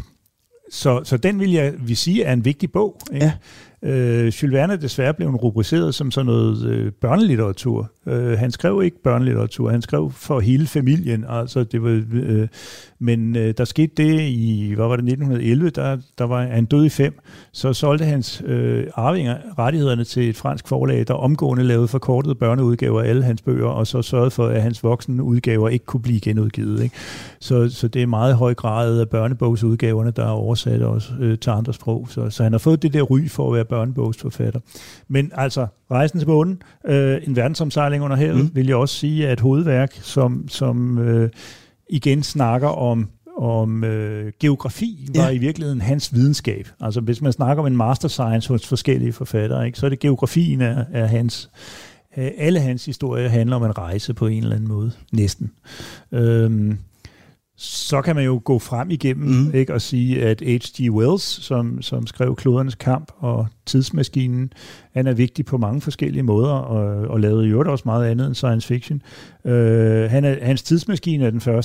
så, så den vil jeg vil sige er en vigtig bog, ikke? Ja. Øh, Jules Verne er desværre blevet rubriceret som sådan noget øh, børnelitteratur. Øh, han skrev ikke børnelitteratur, han skrev for hele familien. Altså det var, øh, men øh, der skete det i, hvad var det, nitten elleve, der, der var han død i fem, så solgte hans øh, arvinger rettighederne til et fransk forlag, der omgående lavede forkortede børneudgaver af alle hans bøger, og så sørgede for, at hans voksne udgaver ikke kunne blive genudgivet. Ikke? Så, så det er meget høj grad af børnebogsudgaverne, der er oversat også øh, til andre sprog. Så, så han har fået det der ry for at være børnebogsforfatter. Men altså, Rejsen til månen, øh, en verdensomsejling under havet, mm. vil jeg også sige, er et hovedværk, som, som øh, igen snakker om, om øh, geografi, var ja. i virkeligheden hans videnskab. Altså hvis man snakker om en master science hos forskellige forfattere, ikke, så er det geografien af, af hans. Øh, alle hans historier handler om en rejse på en eller anden måde, næsten. Øhm, Så kan man jo gå frem igennem mm. ikke, og sige, at H G Wells, som, som skrev Klodernes kamp og Tidsmaskinen, han er vigtig på mange forskellige måder, og, og lavede i øvrigt også meget andet end science fiction. Uh, han er, hans Tidsmaskine er den første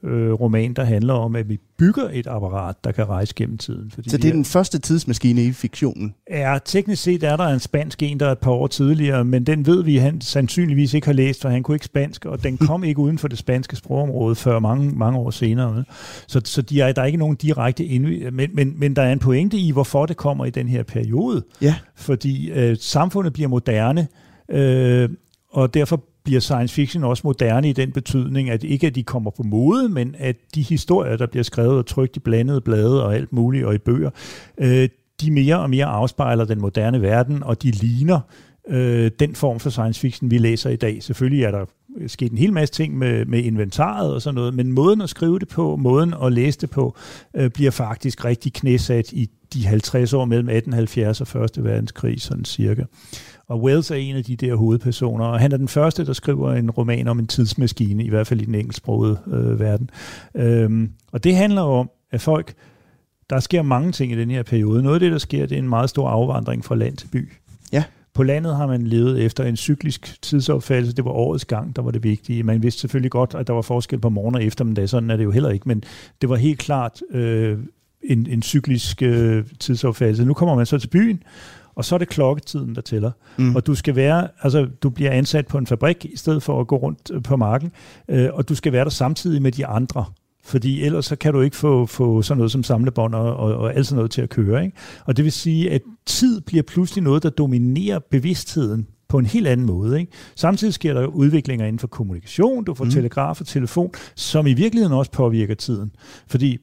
øh, roman, der handler om, at vi bygger et apparat, der kan rejse gennem tiden. Fordi så det er den første tidsmaskine i fiktionen? Ja, teknisk set er der en spansk en, der er et par år tidligere, men den ved vi, han sandsynligvis ikke har læst, for han kunne ikke spansk, og den kom ikke uden for det spanske sprogområde før mange, mange år senere. Så, så de er, der er ikke nogen direkte indv- men, men, men der er en pointe i, hvorfor det kommer i den her periode. Ja. Fordi øh, samfundet bliver moderne, øh, og derfor bliver science fiction også moderne i den betydning, at ikke at de kommer på mode, men at de historier, der bliver skrevet og trykt i blandede blade og alt muligt, og i bøger, øh, de mere og mere afspejler den moderne verden, og de ligner øh, den form for science fiction, vi læser i dag. Selvfølgelig er der sket en hel masse ting med, med inventaret og sådan noget, men måden at skrive det på, måden at læse det på, øh, bliver faktisk rigtig knæsat i de halvtreds år mellem atten halvfjerds og første verdenskrig, sådan cirka. Og Wells er en af de der hovedpersoner, og han er den første, der skriver en roman om en tidsmaskine, i hvert fald i den engelsksprogede øh, verden. Øhm, og det handler om, at folk, der sker mange ting i den her periode. Noget af det, der sker, det er en meget stor afvandring fra land til by. Ja. På landet har man levet efter en cyklisk tidsopfattelse. Det var årets gang, der var det vigtige. Man vidste selvfølgelig godt, at der var forskel på morgen og eftermiddag. Sådan er det jo heller ikke, men det var helt klart øh, en, en cyklisk øh, tidsopfattelse. Nu kommer man så til byen, og så er det klokketiden, der tæller. Mm. Og du skal være, altså du bliver ansat på en fabrik, i stedet for at gå rundt på marken, øh, og du skal være der samtidig med de andre. Fordi ellers så kan du ikke få, få sådan noget som samlebånd og, og, og alt sådan noget til at køre. Ikke? Og det vil sige, at tid bliver pludselig noget, der dominerer bevidstheden på en helt anden måde. Ikke? Samtidig sker der udviklinger inden for kommunikation, du får mm. telegraf og telefon, som i virkeligheden også påvirker tiden. Fordi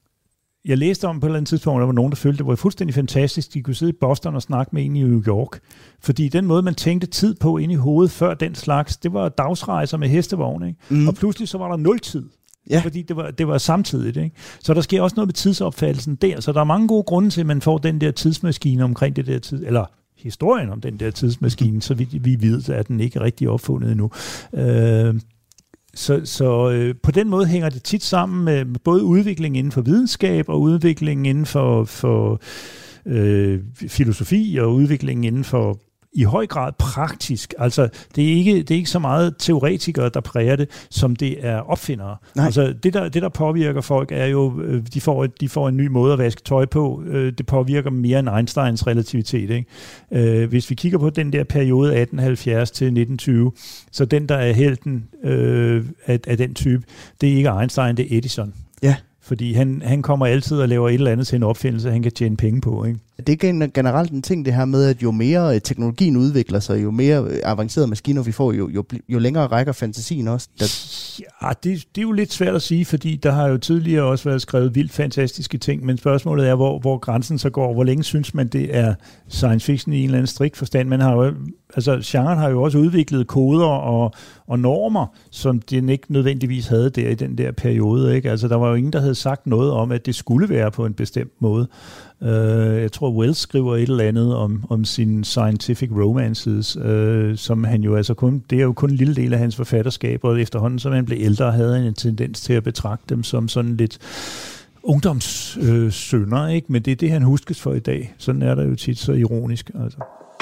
jeg læste om på et eller andet tidspunkt, der var nogen, der følte, det var fuldstændig fantastisk. De kunne sidde i Boston og snakke med en i New York. Fordi den måde, man tænkte tid på inde i hovedet før den slags, det var dagsrejser med hestevogn. Ikke? Mm. Og pludselig så var der nul tid. Ja. Fordi det var, det var samtidigt. Ikke? Så der sker også noget med tidsopfattelsen der. Så der er mange gode grunde til, at man får den der tidsmaskine omkring det der tid, eller historien om den der tidsmaskine, så vi, vi ved, at den ikke er rigtig opfundet endnu. Øh, Så, så øh, på den måde hænger det tit sammen med både udvikling inden for videnskab og udvikling inden for, for øh, filosofi og udvikling inden for i høj grad praktisk. Altså, det er ikke, det er ikke så meget teoretikere, der præger det, som det er opfindere. Nej. Altså, det der, det, der påvirker folk, er jo, de får, de får en ny måde at vaske tøj på. Det påvirker mere end Einsteins relativitet. Ikke? Hvis vi kigger på den der periode atten halvfjerds til nitten tyve, så den, der er helten øh, af, af den type, det er ikke Einstein, det er Edison. Ja. Fordi han, han kommer altid og laver et eller andet til en opfindelse, han kan tjene penge på. Ikke? Det er generelt en ting, det her med, at jo mere teknologien udvikler sig, jo mere avancerede maskiner vi får, jo, jo, jo længere rækker fantasien også. Der... Ja, det, det er jo lidt svært at sige, fordi der har jo tidligere også været skrevet vildt fantastiske ting, men spørgsmålet er, hvor, hvor grænsen så går. Hvor længe synes man, det er science fiction i en eller anden strikt forstand? Man har jo, altså, genren har jo også udviklet koder og, og normer, som den ikke nødvendigvis havde der i den der periode. Ikke? Altså, der var jo ingen, der havde sagt noget om, at det skulle være på en bestemt måde. Uh, jeg tror, Wells skriver et eller andet om, om sine scientific romances, uh, som han jo altså kun, det er jo kun en lille del af hans forfatterskab, og efterhånden, som han blev ældre, havde han en tendens til at betragte dem som sådan lidt ungdomssønner, øh, ikke? Men det er det, han huskes for i dag. Sådan er der jo tit så ironisk. Altså.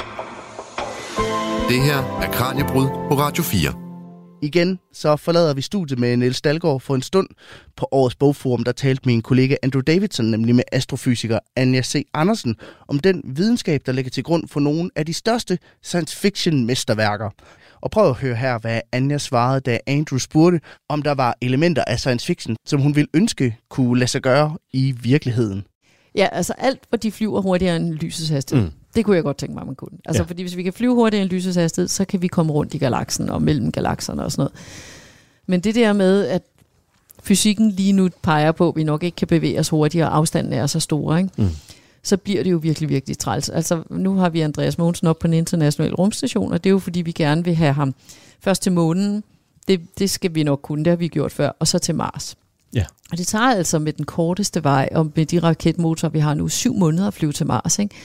Det her er Kraniebrud på Radio fire. Igen så forlader vi studiet med Niels Dalgaard for en stund. På årets bogforum, der talte min kollega Andrew Davidson, nemlig med astrofysiker Anja C. Andersen, om den videnskab, der ligger til grund for nogle af de største science fiction mesterværker. Og prøv at høre her, hvad Anja svarede, da Andrew spurgte, om der var elementer af science fiction, som hun ville ønske kunne lade sig gøre i virkeligheden. Ja, altså alt, hvor de flyver hurtigere end lysets hastighed. Mm. Det kunne jeg godt tænke mig, man kunne. Altså, ja. Fordi hvis vi kan flyve hurtigere end lysets hastighed, så kan vi komme rundt i galaksen og mellem galakserne og sådan noget. Men det der med, at fysikken lige nu peger på, at vi nok ikke kan bevæge os hurtigere, og afstanden er så store, ikke? Mm. Så bliver det jo virkelig, virkelig træls. Altså, nu har vi Andreas Mogensen op på den internationale rumstation, og det er jo fordi, vi gerne vil have ham først til månen. Det, det skal vi nok kunne, det har vi gjort før, og så til Mars. Ja. Og det tager altså med den korteste vej, og med de raketmotorer, vi har nu, syv måneder at flyve til Mars, ikke? Mm.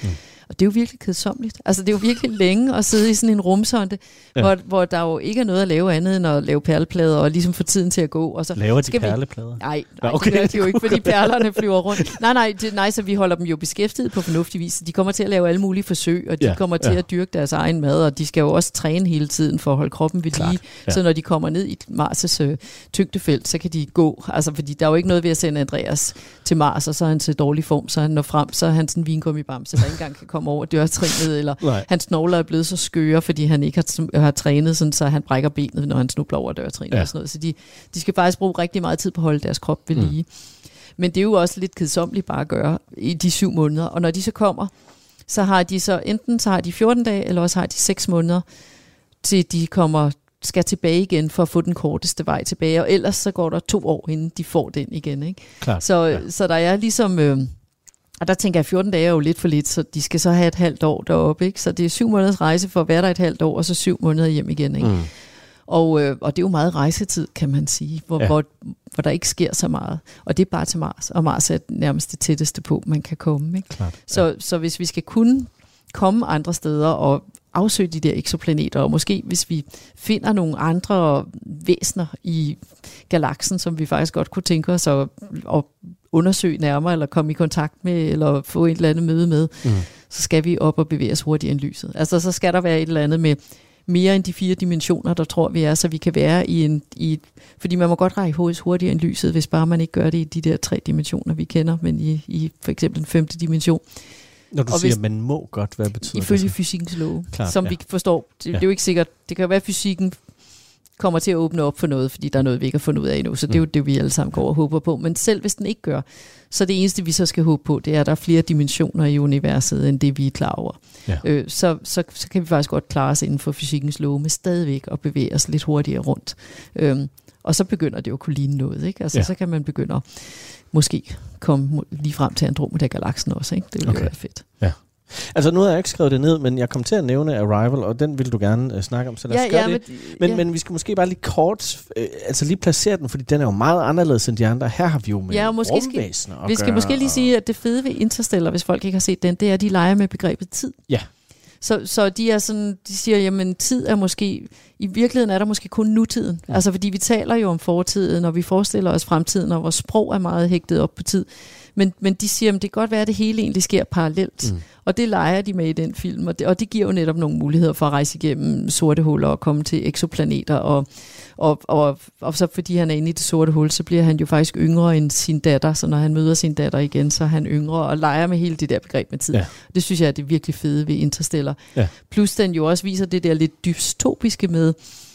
Og det er jo virkelig kedsommeligt. Altså det er jo virkelig længe at sidde i sådan en rumsonde, ja. hvor, hvor der jo ikke er noget at lave andet end at lave perleplader og ligesom få tiden til at gå. Og så laver de skal perleplader? Vi... Nej, nej okay. Det gør de jo ikke, fordi perlerne flyver rundt. Nej, nej, det, nej, så vi holder dem jo beskæftiget på fornuftig vis. De kommer til at lave alle mulige forsøg, og de ja, kommer til ja. at dyrke deres egen mad, og de skal jo også træne hele tiden for at holde kroppen ved lige. Ja. Så når de kommer ned i Mars' øh, tyngdefelt, så kan de gå. Altså, fordi der er jo ikke noget ved at sende Andreas til Mars, og så er han til dårlig form, så han når frem, så er han sådan en vingummibamse, der ikke engang kan komme over dørtrinet, eller nej. hans knogler er blevet så skøre, fordi han ikke har, har trænet, sådan, så han brækker benet, når han snubler over dørtrinet ja. og sådan noget. Så de, de skal faktisk bruge rigtig meget tid på at holde deres krop ved lige. Mm. Men det er jo også lidt kedsommeligt bare at gøre i de syv måneder. Og når de så kommer, så har de så enten så har de fjorten dage, eller også har de seks måneder, til de kommer skal tilbage igen for at få den korteste vej tilbage. Og ellers så går der to år, inden de får den igen. Ikke? Klart, så, ja. så der er ligesom... Øh, og der tænker jeg, fjorten dage er jo lidt for lidt, så de skal så have et halvt år deroppe. Ikke? Så det er syv måneders rejse for at være der et halvt år, og så syv måneder hjem igen. Ikke? Mm. Og, øh, og det er jo meget rejsetid, kan man sige, hvor, ja. hvor, hvor der ikke sker så meget. Og det er bare til Mars, og Mars er nærmest det tætteste på, man kan komme. Ikke? Klart, ja. så, så hvis vi skal kunne komme andre steder og afsøge de der eksoplaneter, og måske hvis vi finder nogle andre væsener i galaksen, som vi faktisk godt kunne tænke os at, at undersøge nærmere, eller komme i kontakt med, eller få et eller andet møde med, mm. så skal vi op og bevæge os hurtigere end lyset. Altså så skal der være et eller andet med mere end de fire dimensioner, der tror vi er, så vi kan være i en... I, fordi man må godt række hovedet hurtigere end lyset, hvis bare man ikke gør det i de der tre dimensioner, vi kender, men i, i for eksempel den femte dimension. Når du og siger, hvis, man må godt, hvad betyder ifølge det? Ifølge fysikkens love, Klar, som ja. vi forstår. Det, ja. det er jo ikke sikkert. Det kan jo være, at fysikken kommer til at åbne op for noget, fordi der er noget, vi ikke har fundet ud af endnu. Så det er jo det, vi alle sammen går og håber på. Men selv hvis den ikke gør, så det eneste, vi så skal håbe på, det er, at der er flere dimensioner i universet, end det, vi er klar over. Ja. Øh, så, så, så kan vi faktisk godt klare os inden for fysikkens love, med stadigvæk at bevæge os lidt hurtigere rundt. Øhm, og så begynder det jo at kunne ligne noget. Ikke? Altså, ja. Så kan man begynde at måske komme lige frem til Andromeda-galaksen også. Ikke? Det ville okay. jo være fedt. Ja. Altså nu har jeg ikke skrevet det ned, men jeg kom til at nævne Arrival, og den vil du gerne uh, snakke om, så lad os ja, gøre ja, det. Men, men, ja. men vi skal måske bare lige kort, øh, altså lige placere den, fordi den er jo meget anderledes end de andre. Her har vi jo med ja, rumvæsener at Vi skal gøre, måske lige sige, at det fede ved Interstellar, hvis folk ikke har set den, det er, at de leger med begrebet tid. Ja. Så, så de er sådan, de siger, jamen tid er måske, i virkeligheden er der måske kun nutiden. Ja. Altså fordi vi taler jo om fortiden, og vi forestiller os fremtiden, og vores sprog er meget hægtet op på tid. Men, men de siger, at det kan godt være, at det hele egentlig sker parallelt. Mm. Og det leger de med i den film, og det, og det giver jo netop nogle muligheder for at rejse igennem sorte huller og komme til eksoplaneter. Og, og, og, og så fordi han er inde i det sorte hul, så bliver han jo faktisk yngre end sin datter. Så når han møder sin datter igen, så er han yngre og leger med hele det der begreb med tid. Ja. Det synes jeg er det virkelig fede ved Interstellar. Ja. Plus den jo også viser det der lidt dystopiske med,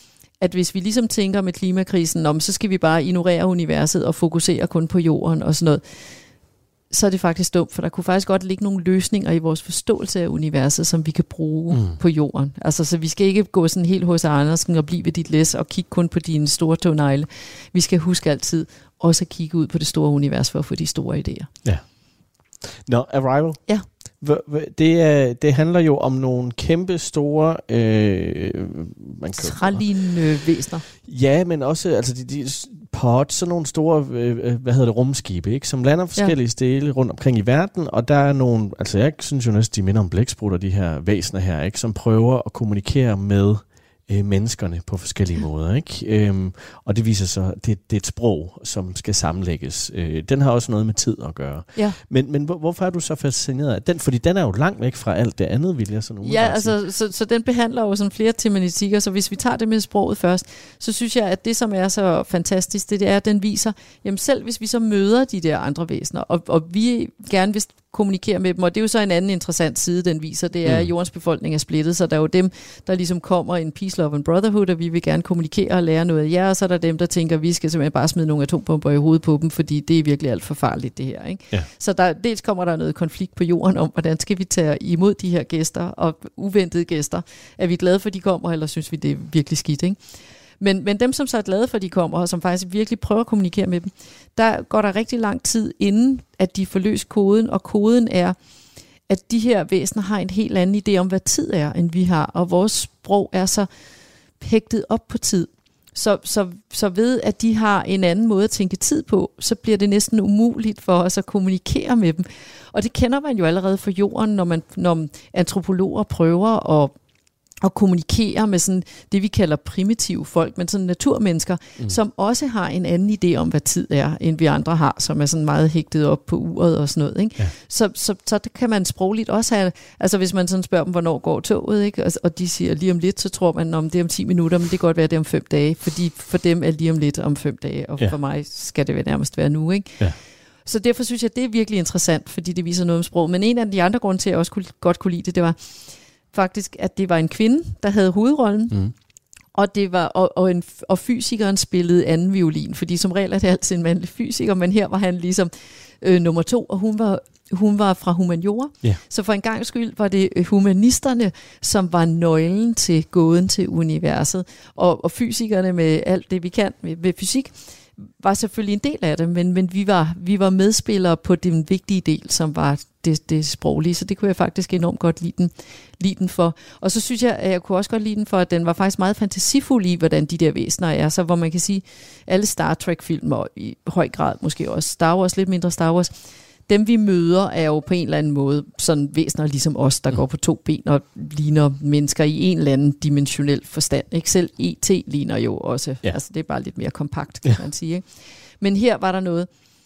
at hvis vi ligesom tænker med klimakrisen, om, så skal vi bare ignorere universet og fokusere kun på jorden og sådan noget, så er det faktisk dumt, for der kunne faktisk godt ligge nogle løsninger i vores forståelse af universet, som vi kan bruge mm. på jorden. Altså, så vi skal ikke gå sådan helt hos Andersen og blive ved dit læs og kigge kun på dine store tånegle. Vi skal huske altid også at kigge ud på det store univers for at få de store idéer. Ja. Nå, no, Arrival. Ja. Det, er, det handler jo om nogle kæmpe store øh, trælignende væsener. Ja, men også altså de, de pods, sådan nogle store øh, hvad hedder det, rumskibe, ikke, som lander forskellige ja. steder rundt omkring i verden, og der er nogle, altså jeg synes jo næsten, de minder om blæksprutter, de her væsener her, ikke, som prøver at kommunikere med øh, menneskerne på forskellige måder, ikke? Øhm, og det viser sig, det, det er et sprog, som skal sammenlægges. Øh, den har også noget med tid at gøre. Ja. Men, men hvor, hvorfor er du så fascineret af den? Fordi den er jo langt væk fra alt det andet, vil jeg sådan Ja, altså, så, så den behandler jo sådan flere tematikker, så hvis vi tager det med sproget først, så synes jeg, at det, som er så fantastisk, det, det er, at den viser, jamen selv hvis vi så møder de der andre væsener, og, og vi gerne vil kommunikere med dem, og det er jo så en anden interessant side, den viser, det er, at jordens befolkning er splittet, så der er jo dem, der ligesom kommer en peace, love and brotherhood, og vi vil gerne kommunikere og lære noget af jer, og så er der dem, der tænker, at vi skal simpelthen bare smide nogle atombomber i hovedet på dem, fordi det er virkelig alt for farligt, det her. Ikke? Ja. Så der, dels kommer der noget konflikt på jorden om, hvordan skal vi tage imod de her gæster, og uventede gæster. Er vi glade for, at de kommer, eller synes vi, det er virkelig skidt, ikke? Men, men dem, som så er glade for, at de kommer, og som faktisk virkelig prøver at kommunikere med dem, der går der rigtig lang tid inden, at de får løst koden, og koden er, at de her væsener har en helt anden idé om, hvad tid er, end vi har, og vores sprog er så hægtet op på tid. Så, så, så ved, at de har en anden måde at tænke tid på, så bliver det næsten umuligt for os at kommunikere med dem. Og det kender man jo allerede fra jorden, når, man, når antropologer prøver at og kommunikere med sådan det, vi kalder primitive folk, men sådan naturmennesker, mm. som også har en anden idé om, hvad tid er, end vi andre har, som er sådan meget hægtet op på uret og sådan noget. Ikke? Ja. Så, så, så det kan man sprogligt også have, altså hvis man sådan spørger dem, hvornår går toget, ikke? Og, og de siger lige om lidt, så tror man, om det er om ti minutter, men det kan godt være, det er om fem dage, fordi for dem er lige om lidt om fem dage, og ja. For mig skal det nærmest være nu. Ikke? Ja. Så derfor synes jeg, det er virkelig interessant, fordi det viser noget om sprog. Men en af de andre grunde til, at jeg også kunne, godt kunne lide det, det var faktisk, at det var en kvinde, der havde hovedrollen, mm. og, det var, og, og, en, og fysikeren spillede anden violin, fordi som regel er det altid en mandlig fysiker, men her var han ligesom øh, nummer to, og hun var, hun var fra humaniora. Yeah. Så for en gang skyld var det humanisterne, som var nøglen til gåden til universet, og, og fysikerne med alt det, vi kan med, med fysik, var selvfølgelig en del af det, men, men vi, var, vi var medspillere på den vigtige del, som var det, det sproglige, så det kunne jeg faktisk enormt godt lide den, lide den for. Og så synes jeg, at jeg kunne også godt lide den for, at den var faktisk meget fantasifuld i, hvordan de der væsener er, så hvor man kan sige, alle Star Trek-film, og i høj grad måske også Star Wars, lidt mindre Star Wars, dem vi møder er jo på en eller anden måde sådan væsener ligesom os, der mm. går på to ben og ligner mennesker i en eller anden dimensionel forstand. Ikke? Selv E T ligner jo også. Ja. Altså det er bare lidt mere kompakt, kan ja. man sige. Ikke? Men her var der noget,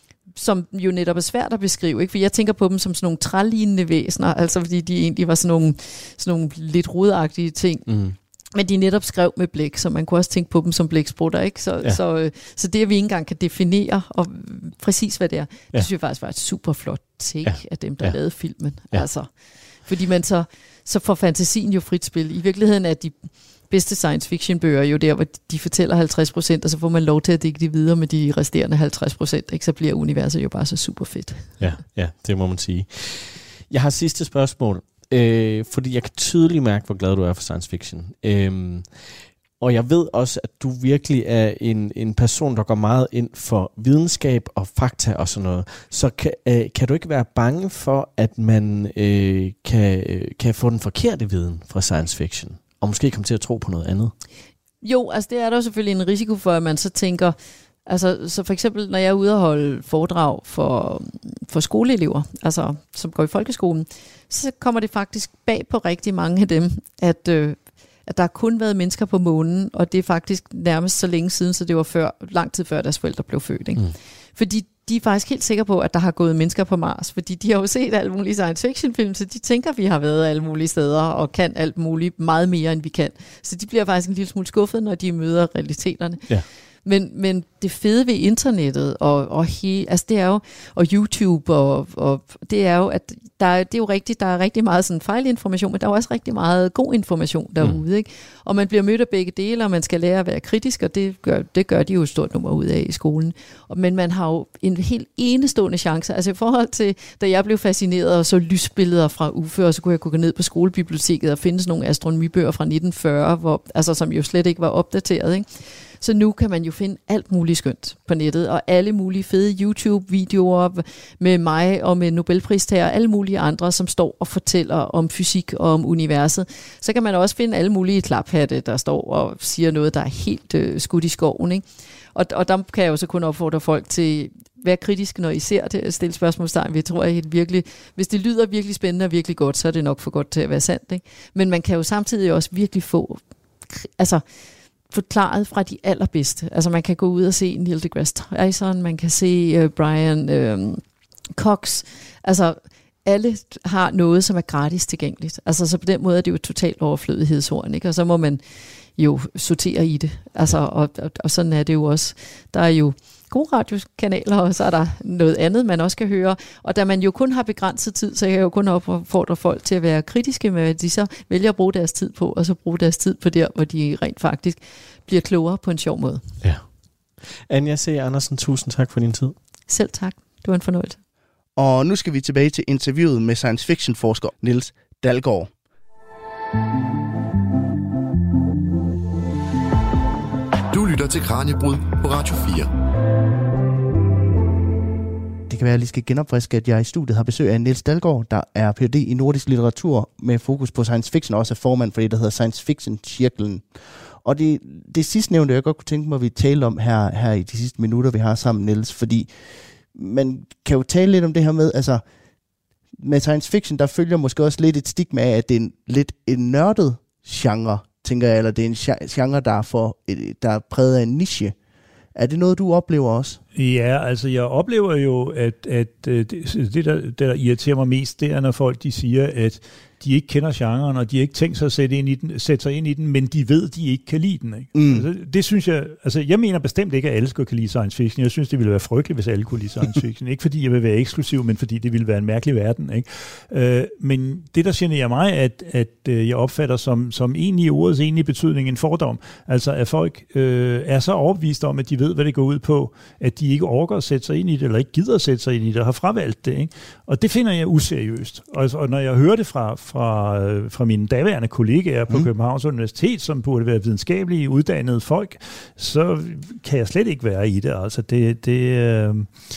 som jo netop er svært at beskrive, ikke? For jeg tænker på dem som sådan nogle trælignende væsener, altså fordi de egentlig var sådan nogle, sådan nogle lidt rodagtige ting. Mm. Men de netop skrev med blæk, så man kunne også tænke på dem som blæksprutter, ikke? Så, ja. så, så det, at vi ikke engang kan definere og præcis, hvad det er, ja. det synes jeg faktisk var et super flot take ja. af dem, der ja. lavede filmen. Ja. Altså, fordi man så, så får fantasien jo frit spil. I virkeligheden er de bedste science fiction bøger jo der, hvor de fortæller halvtreds procent, og så får man lov til at digte de videre med de resterende halvtreds procent, ikke? Så bliver universet jo bare så super fedt. Ja, ja, det må man sige. Jeg har sidste spørgsmål. Øh, fordi jeg kan tydeligt mærke, hvor glad du er for science fiction. Øh, og jeg ved også, at du virkelig er en, en person, der går meget ind for videnskab og fakta og sådan noget. Så kan, øh, kan du ikke være bange for, at man øh, kan, kan få den forkerte viden fra science fiction? Og måske komme til at tro på noget andet? Jo, altså det er der selvfølgelig en risiko for, at man så tænker... Altså, så for eksempel, når jeg er ude og holde foredrag for, for skoleelever, altså som går i folkeskolen, så kommer det faktisk bag på rigtig mange af dem, at, øh, at der har kun været mennesker på månen, og det er faktisk nærmest så længe siden, så det var før, lang tid før deres forældre blev født. Ikke? Mm. Fordi de er faktisk helt sikre på, at der har gået mennesker på Mars, fordi de har jo set alle mulige science fiction film, så de tænker, at vi har været alle mulige steder og kan alt muligt meget mere, end vi kan. Så de bliver faktisk en lille smule skuffet, når de møder realiteterne. Ja. Men, men det fede ved internettet og, og, he, altså det er jo, og YouTube, og, og det er jo, at der er, det er jo rigtigt, der er rigtig meget sådan fejlinformation, men der er også rigtig meget god information derude. Mm. Ikke? Og man bliver mødt af begge dele, og man skal lære at være kritisk, og det gør, det gør de jo et stort nummer ud af i skolen. Men man har jo en helt enestående chance. Altså i forhold til, da jeg blev fascineret og så lysbilleder fra U F Ø, og så kunne jeg gå ned på skolebiblioteket og finde sådan nogle astronomibøger fra nitten fyrre, hvor, altså, som jo slet ikke var opdateret, ikke? Så nu kan man jo finde alt muligt skønt på nettet, og alle mulige fede YouTube-videoer med mig og med Nobelpristager og alle mulige andre, som står og fortæller om fysik og om universet. Så kan man også finde alle mulige klaphatte, der står og siger noget, der er helt øh, skudt i skoven. Ikke? Og, og der kan jeg jo så kun opfordre folk til være kritiske, når I ser det, stille spørgsmålstegn. Vi tror, at virkelig, hvis det lyder virkelig spændende og virkelig godt, så er det nok for godt til at være sandt. Ikke? Men man kan jo samtidig også virkelig få... altså forklaret fra de allerbedste. Altså man kan gå ud og se Neil deGrasse Tyson, man kan se uh, Brian uh, Cox. Altså alle har noget, som er gratis tilgængeligt. Altså så på den måde er det jo et totalt overflødighedshorn, ikke? Og så må man jo sortere i det. Altså og, og, og sådan er det jo også. Der er jo gode radiokanaler, og så er der noget andet, man også kan høre. Og da man jo kun har begrænset tid, så kan jeg jo kun opfordre folk til at være kritiske med, at de så vælger at bruge deres tid på, og så bruge deres tid på der, hvor de rent faktisk bliver klogere på en sjov måde. Ja. Anja C. Andersen, tusind tak for din tid. Selv tak. Det var en fornøjelse. Og nu skal vi tilbage til interviewet med science fiction forsker Niels Dalgaard. Du lytter til Kraniebrud på Radio fire. Det kan være, at jeg lige skal genopfriske, at jeg i studiet har besøg af Niels Dalgaard, der er P H D i nordisk litteratur med fokus på science fiction, og også er formand for det, der hedder Science Fiction Cirklen. Og det, det sidste nævnte, jeg godt kunne tænke mig, at vi talte om her, her i de sidste minutter, vi har sammen, Niels, fordi man kan jo tale lidt om det her med, altså med science fiction, der følger måske også lidt et stigma af, at det er en, lidt en nørdet genre, tænker jeg, eller det er en genre, der er, for, der er præget af en niche. Er det noget, du oplever også? Ja, altså jeg oplever jo, at, at det, det, der, det, der irriterer mig mest, det er, når folk de siger, at de ikke kender genren, og de har ikke tænkt sig at sætte, ind i den, sætte sig ind i den, men de ved, at de ikke kan lide den. Ikke? Mm. Altså, det synes jeg, altså jeg mener bestemt ikke, at alle skal kunne lide science fiction. Jeg synes, det ville være frygteligt, hvis alle kunne lide science fiction. Ikke fordi jeg vil være eksklusiv, men fordi det ville være en mærkelig verden. Ikke? Øh, men det, der generer mig, at, at jeg opfatter som, som egentlig ordets egentlige betydning en fordom. Altså at folk øh, er så overbevist om, at de ved, hvad det går ud på, at de ikke orker at sætte sig ind i det, eller ikke gider at sætte sig ind i det, og har fravalgt det. Ikke? Og det finder jeg useriøst. Og, og når jeg hører det fra Fra, fra mine daværende kollegaer på mm. Københavns Universitet, som burde være videnskabelige, uddannede folk, så kan jeg slet ikke være i det. Altså det, det øh,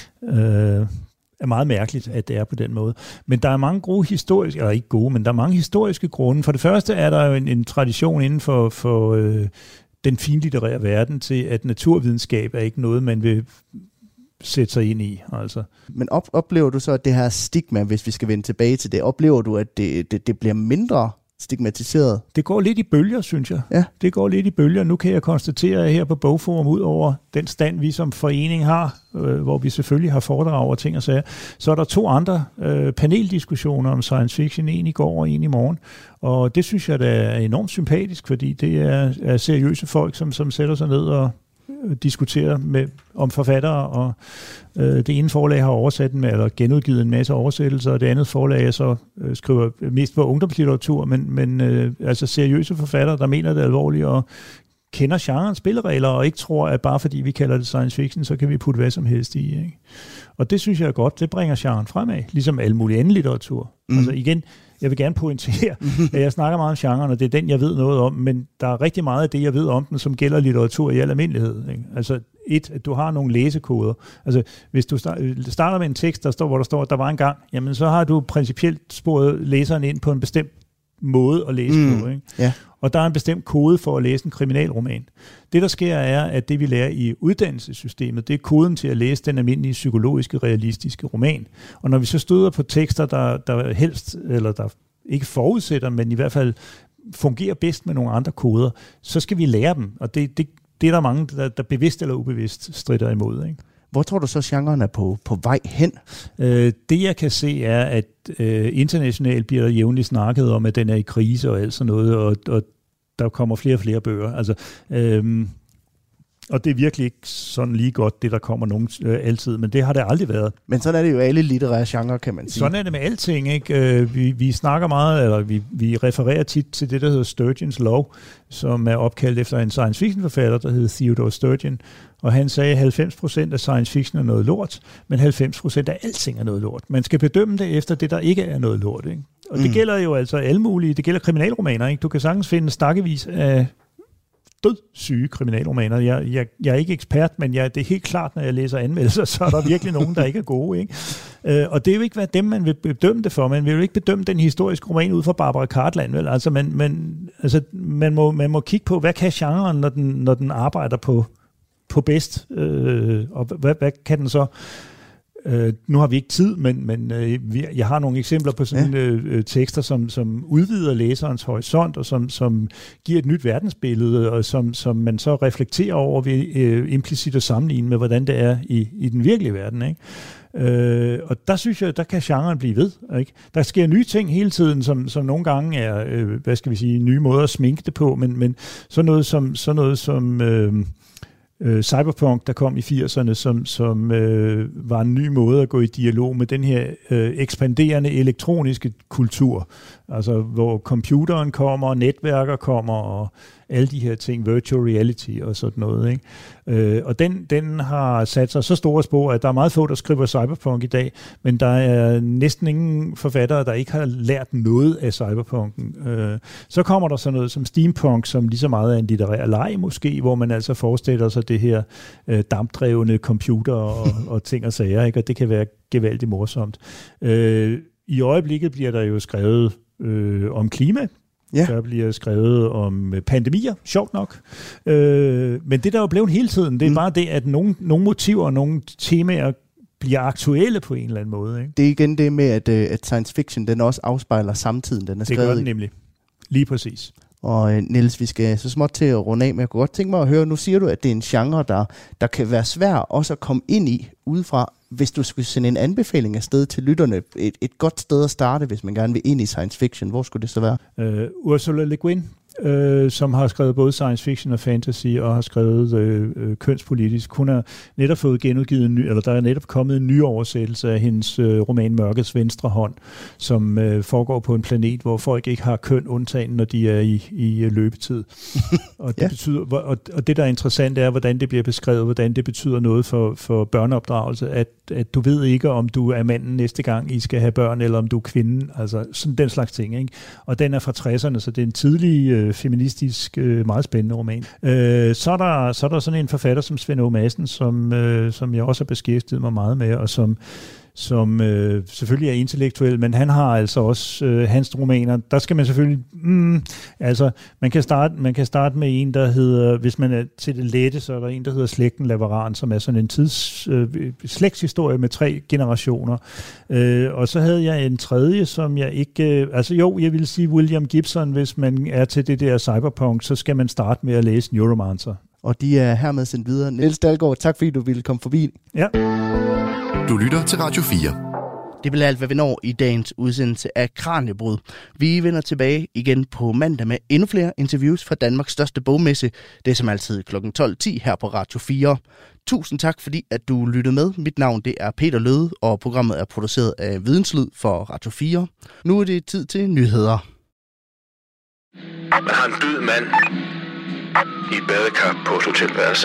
øh, er meget mærkeligt, at det er på den måde. Men der er mange gode historiske, eller ikke gode, men der er mange historiske grunde. For det første er der jo en, en tradition inden for, for øh, den finlitterære verden til, at naturvidenskab er ikke noget, man vil sætte sig ind i. Altså. Men op, oplever du så, at det her stigma, hvis vi skal vende tilbage til det, oplever du, at det, det, det bliver mindre stigmatiseret? Det går lidt i bølger, synes jeg. Ja. Det går lidt i bølger. Nu kan jeg konstatere, at her på Bogforum, ud over den stand, vi som forening har, øh, hvor vi selvfølgelig har foredrag over ting og sager, så er der to andre øh, paneldiskussioner om science fiction, en i går og en i morgen. Og det synes jeg, der er enormt sympatisk, fordi det er, er seriøse folk, som, som sætter sig ned og diskutere med, om forfattere, og øh, det ene forlag har oversat den med, eller genudgivet en masse oversættelser, og det andet forlag er så øh, skriver mest på ungdomslitteratur, men, men øh, altså seriøse forfattere, der mener det alvorligt, og kender genrens spilleregler, og ikke tror, at bare fordi vi kalder det science fiction, så kan vi putte hvad som helst i. Ikke? Og det synes jeg er godt, det bringer genren fremad, ligesom alle mulige anden litteratur. Mm. Altså igen, jeg vil gerne pointere, at jeg snakker meget om genren, og det er den, jeg ved noget om, men der er rigtig meget af det, jeg ved om den, som gælder litteratur i al almindelighed. Ikke? Altså et, at du har nogle læsekoder. Altså hvis du starter med en tekst, der står, hvor der står, at der var en gang, jamen så har du principielt sporet læseren ind på en bestemt måde at læse mm. på. Ikke? Ja. Og der er en bestemt kode for at læse en kriminalroman. Det, der sker, er, at det, vi lærer i uddannelsessystemet, det er koden til at læse den almindelige psykologiske, realistiske roman. Og når vi så støder på tekster, der, der helst, eller der ikke forudsætter, men i hvert fald fungerer bedst med nogle andre koder, så skal vi lære dem. Og det, det, det er der mange, der, der bevidst eller ubevidst stritter imod, ikke? Hvor tror du så, genren er på, på vej hen? Øh, det, jeg kan se, er, at øh, internationalt bliver der jævnligt snakket om, at den er i krise og alt sådan noget, og, og der kommer flere og flere bøger. Altså, øh, og det er virkelig ikke sådan lige godt, det der kommer nogen øh, altid, men det har det aldrig været. Men sådan er det jo alle litterære genrer, kan man sige. Sådan er det med alting, ikke? Øh, vi, vi snakker meget, eller vi, vi refererer tit til det, der hedder Sturgeons Law, som er opkaldt efter en science fiction forfatter, der hedder Theodore Sturgeon. Og han sagde, at halvfems procent af science fiction er noget lort, men halvfems procent af alting er noget lort. Man skal bedømme det efter det, der ikke er noget lort. Ikke? Og mm. det gælder jo altså alle mulige, det gælder kriminalromaner. Ikke? Du kan sagtens finde stakkevis af dødssyge kriminalromaner. Jeg, jeg, jeg er ikke ekspert, men jeg, det er helt klart, når jeg læser anmeldelser, så er der virkelig nogen, der ikke er gode. Ikke? Øh, og det er jo ikke, hvad dem man vil bedømme det for. Man vil jo ikke bedømme den historiske roman ud fra Barbara Cartland. Vel? Altså, man, man, altså, man, må, man må kigge på, hvad kan genren, når den, når den arbejder på på bedst, øh, og hvad, hvad kan den så? Øh, nu har vi ikke tid, men, men øh, vi, jeg har nogle eksempler på sådan ja. øh, tekster, som, som udvider læserens horisont, og som, som giver et nyt verdensbillede, og som, som man så reflekterer over ved øh, implicit at sammenligne med, hvordan det er i, i den virkelige verden. Ikke? Øh, og der synes jeg, der kan genren blive ved. Ikke? Der sker nye ting hele tiden, som, som nogle gange er, øh, hvad skal vi sige, nye måder at sminke det på, men, men sådan noget som, sådan noget som øh, Øh, cyberpunk, der kom i firserne, som, som øh, var en ny måde at gå i dialog med den her øh, ekspanderende elektroniske kultur. Altså, hvor computeren kommer, og netværker kommer, og alle de her ting, virtual reality og sådan noget. Ikke? Øh, og den, den har sat sig så store spor, at der er meget få, der skriver cyberpunk i dag, men der er næsten ingen forfattere, der ikke har lært noget af cyberpunken. Øh, så kommer der sådan noget som steampunk, som lige så meget er en litterær leg måske, hvor man altså forestiller sig det her øh, dampdrevne computer og, og ting og sager, ikke? Og det kan være gevaldigt morsomt. Øh, I øjeblikket bliver der jo skrevet øh, om klima, Ja. Der bliver skrevet om pandemier, sjovt nok. Øh, men det, der er jo blevet hele tiden, det er mm. bare det, at nogle, nogle motiver og nogle temaer bliver aktuelle på en eller anden måde. Ikke? Det er igen det med, at, at science fiction, den også afspejler samtiden, den er skrevet. Det gør den nemlig. Lige præcis. Og Niels, vi skal så småt til at runde af, men jeg kunne godt tænke mig at høre, nu siger du, at det er en genre, der, der kan være svær også at komme ind i udefra. Hvis du skulle sende en anbefaling afsted til lytterne, et, et godt sted at starte, hvis man gerne vil ind i science fiction, hvor skulle det så være? Uh, Ursula Le Guin, uh, som har skrevet både science fiction og fantasy, og har skrevet uh, kønspolitisk. Hun har netop fået genudgivet en ny, eller der er netop kommet en ny oversættelse af hendes uh, roman Mørkets venstre hånd, som uh, foregår på en planet, hvor folk ikke har køn undtagen, når de er i, i uh, løbetid. og, det ja. betyder, og, og det, der er interessant, er, hvordan det bliver beskrevet, hvordan det betyder noget for, for børneopdragelse, at at du ved ikke, om du er manden næste gang, I skal have børn, eller om du er kvinden, altså sådan den slags ting. Ikke? Og den er fra tresserne, så det er en tidlig øh, feministisk, øh, meget spændende roman. Øh, så, er der, så er der sådan en forfatter som Svend Åge Madsen, som, øh, som jeg også har beskæftiget mig meget med, og som som øh, selvfølgelig er intellektuel, men han har altså også øh, hans romaner. Der skal man selvfølgelig, mm, altså man kan starte, man kan starte med en, der hedder, hvis man er til det lette, så er der en, der hedder Slægten Laveran, som er sådan en tids øh, slægtshistorie med tre generationer. Øh, og så havde jeg en tredje, som jeg ikke, øh, altså jo, jeg vil sige William Gibson, hvis man er til det der cyberpunk, så skal man starte med at læse Neuromancer. Og de er hermed sendt videre. Niels Dalgaard, tak fordi du ville komme forbi. Ja. Du lytter til Radio fire. Det bliver alt, hvad vi når i dagens udsendelse af Kraniebrud. Vi vender tilbage igen på mandag med endnu flere interviews fra Danmarks største bogmesse. Det er som altid klokken tolv ti her på Radio fire. Tusind tak, fordi at du lyttede med. Mit navn det er Peter Løde, og programmet er produceret af Videnslyd for Radio fire. Nu er det tid til nyheder. Man har en død mand i et badekar på et hotelværelse.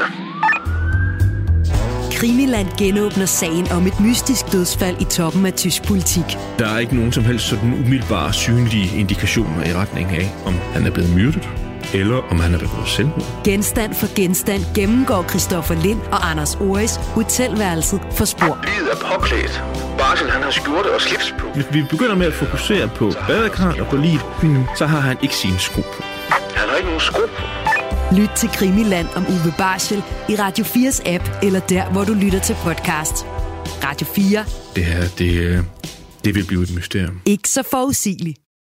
Krimiland genåbner sagen om et mystisk dødsfald i toppen af tysk politik. Der er ikke nogen som helst sådan umiddelbare synlige indikationer i retning af, om han er blevet myrdet, eller om han er begået selvmord. Genstand for genstand gennemgår Christoffer Lind og Anders Oris hotelværelset for spor. Liget er påklædt. Barsel, han har skjorte og slips på. Hvis vi begynder med at fokusere på badekarret og på liget, så har han ikke sine sko på. Han har ikke nogen sko på. Lyt til Krimiland om Uwe Barschel i Radio fires app, eller der, hvor du lytter til podcast. Radio fire. Det her, det, det vil blive et mysterium. Ikke så forudsigeligt.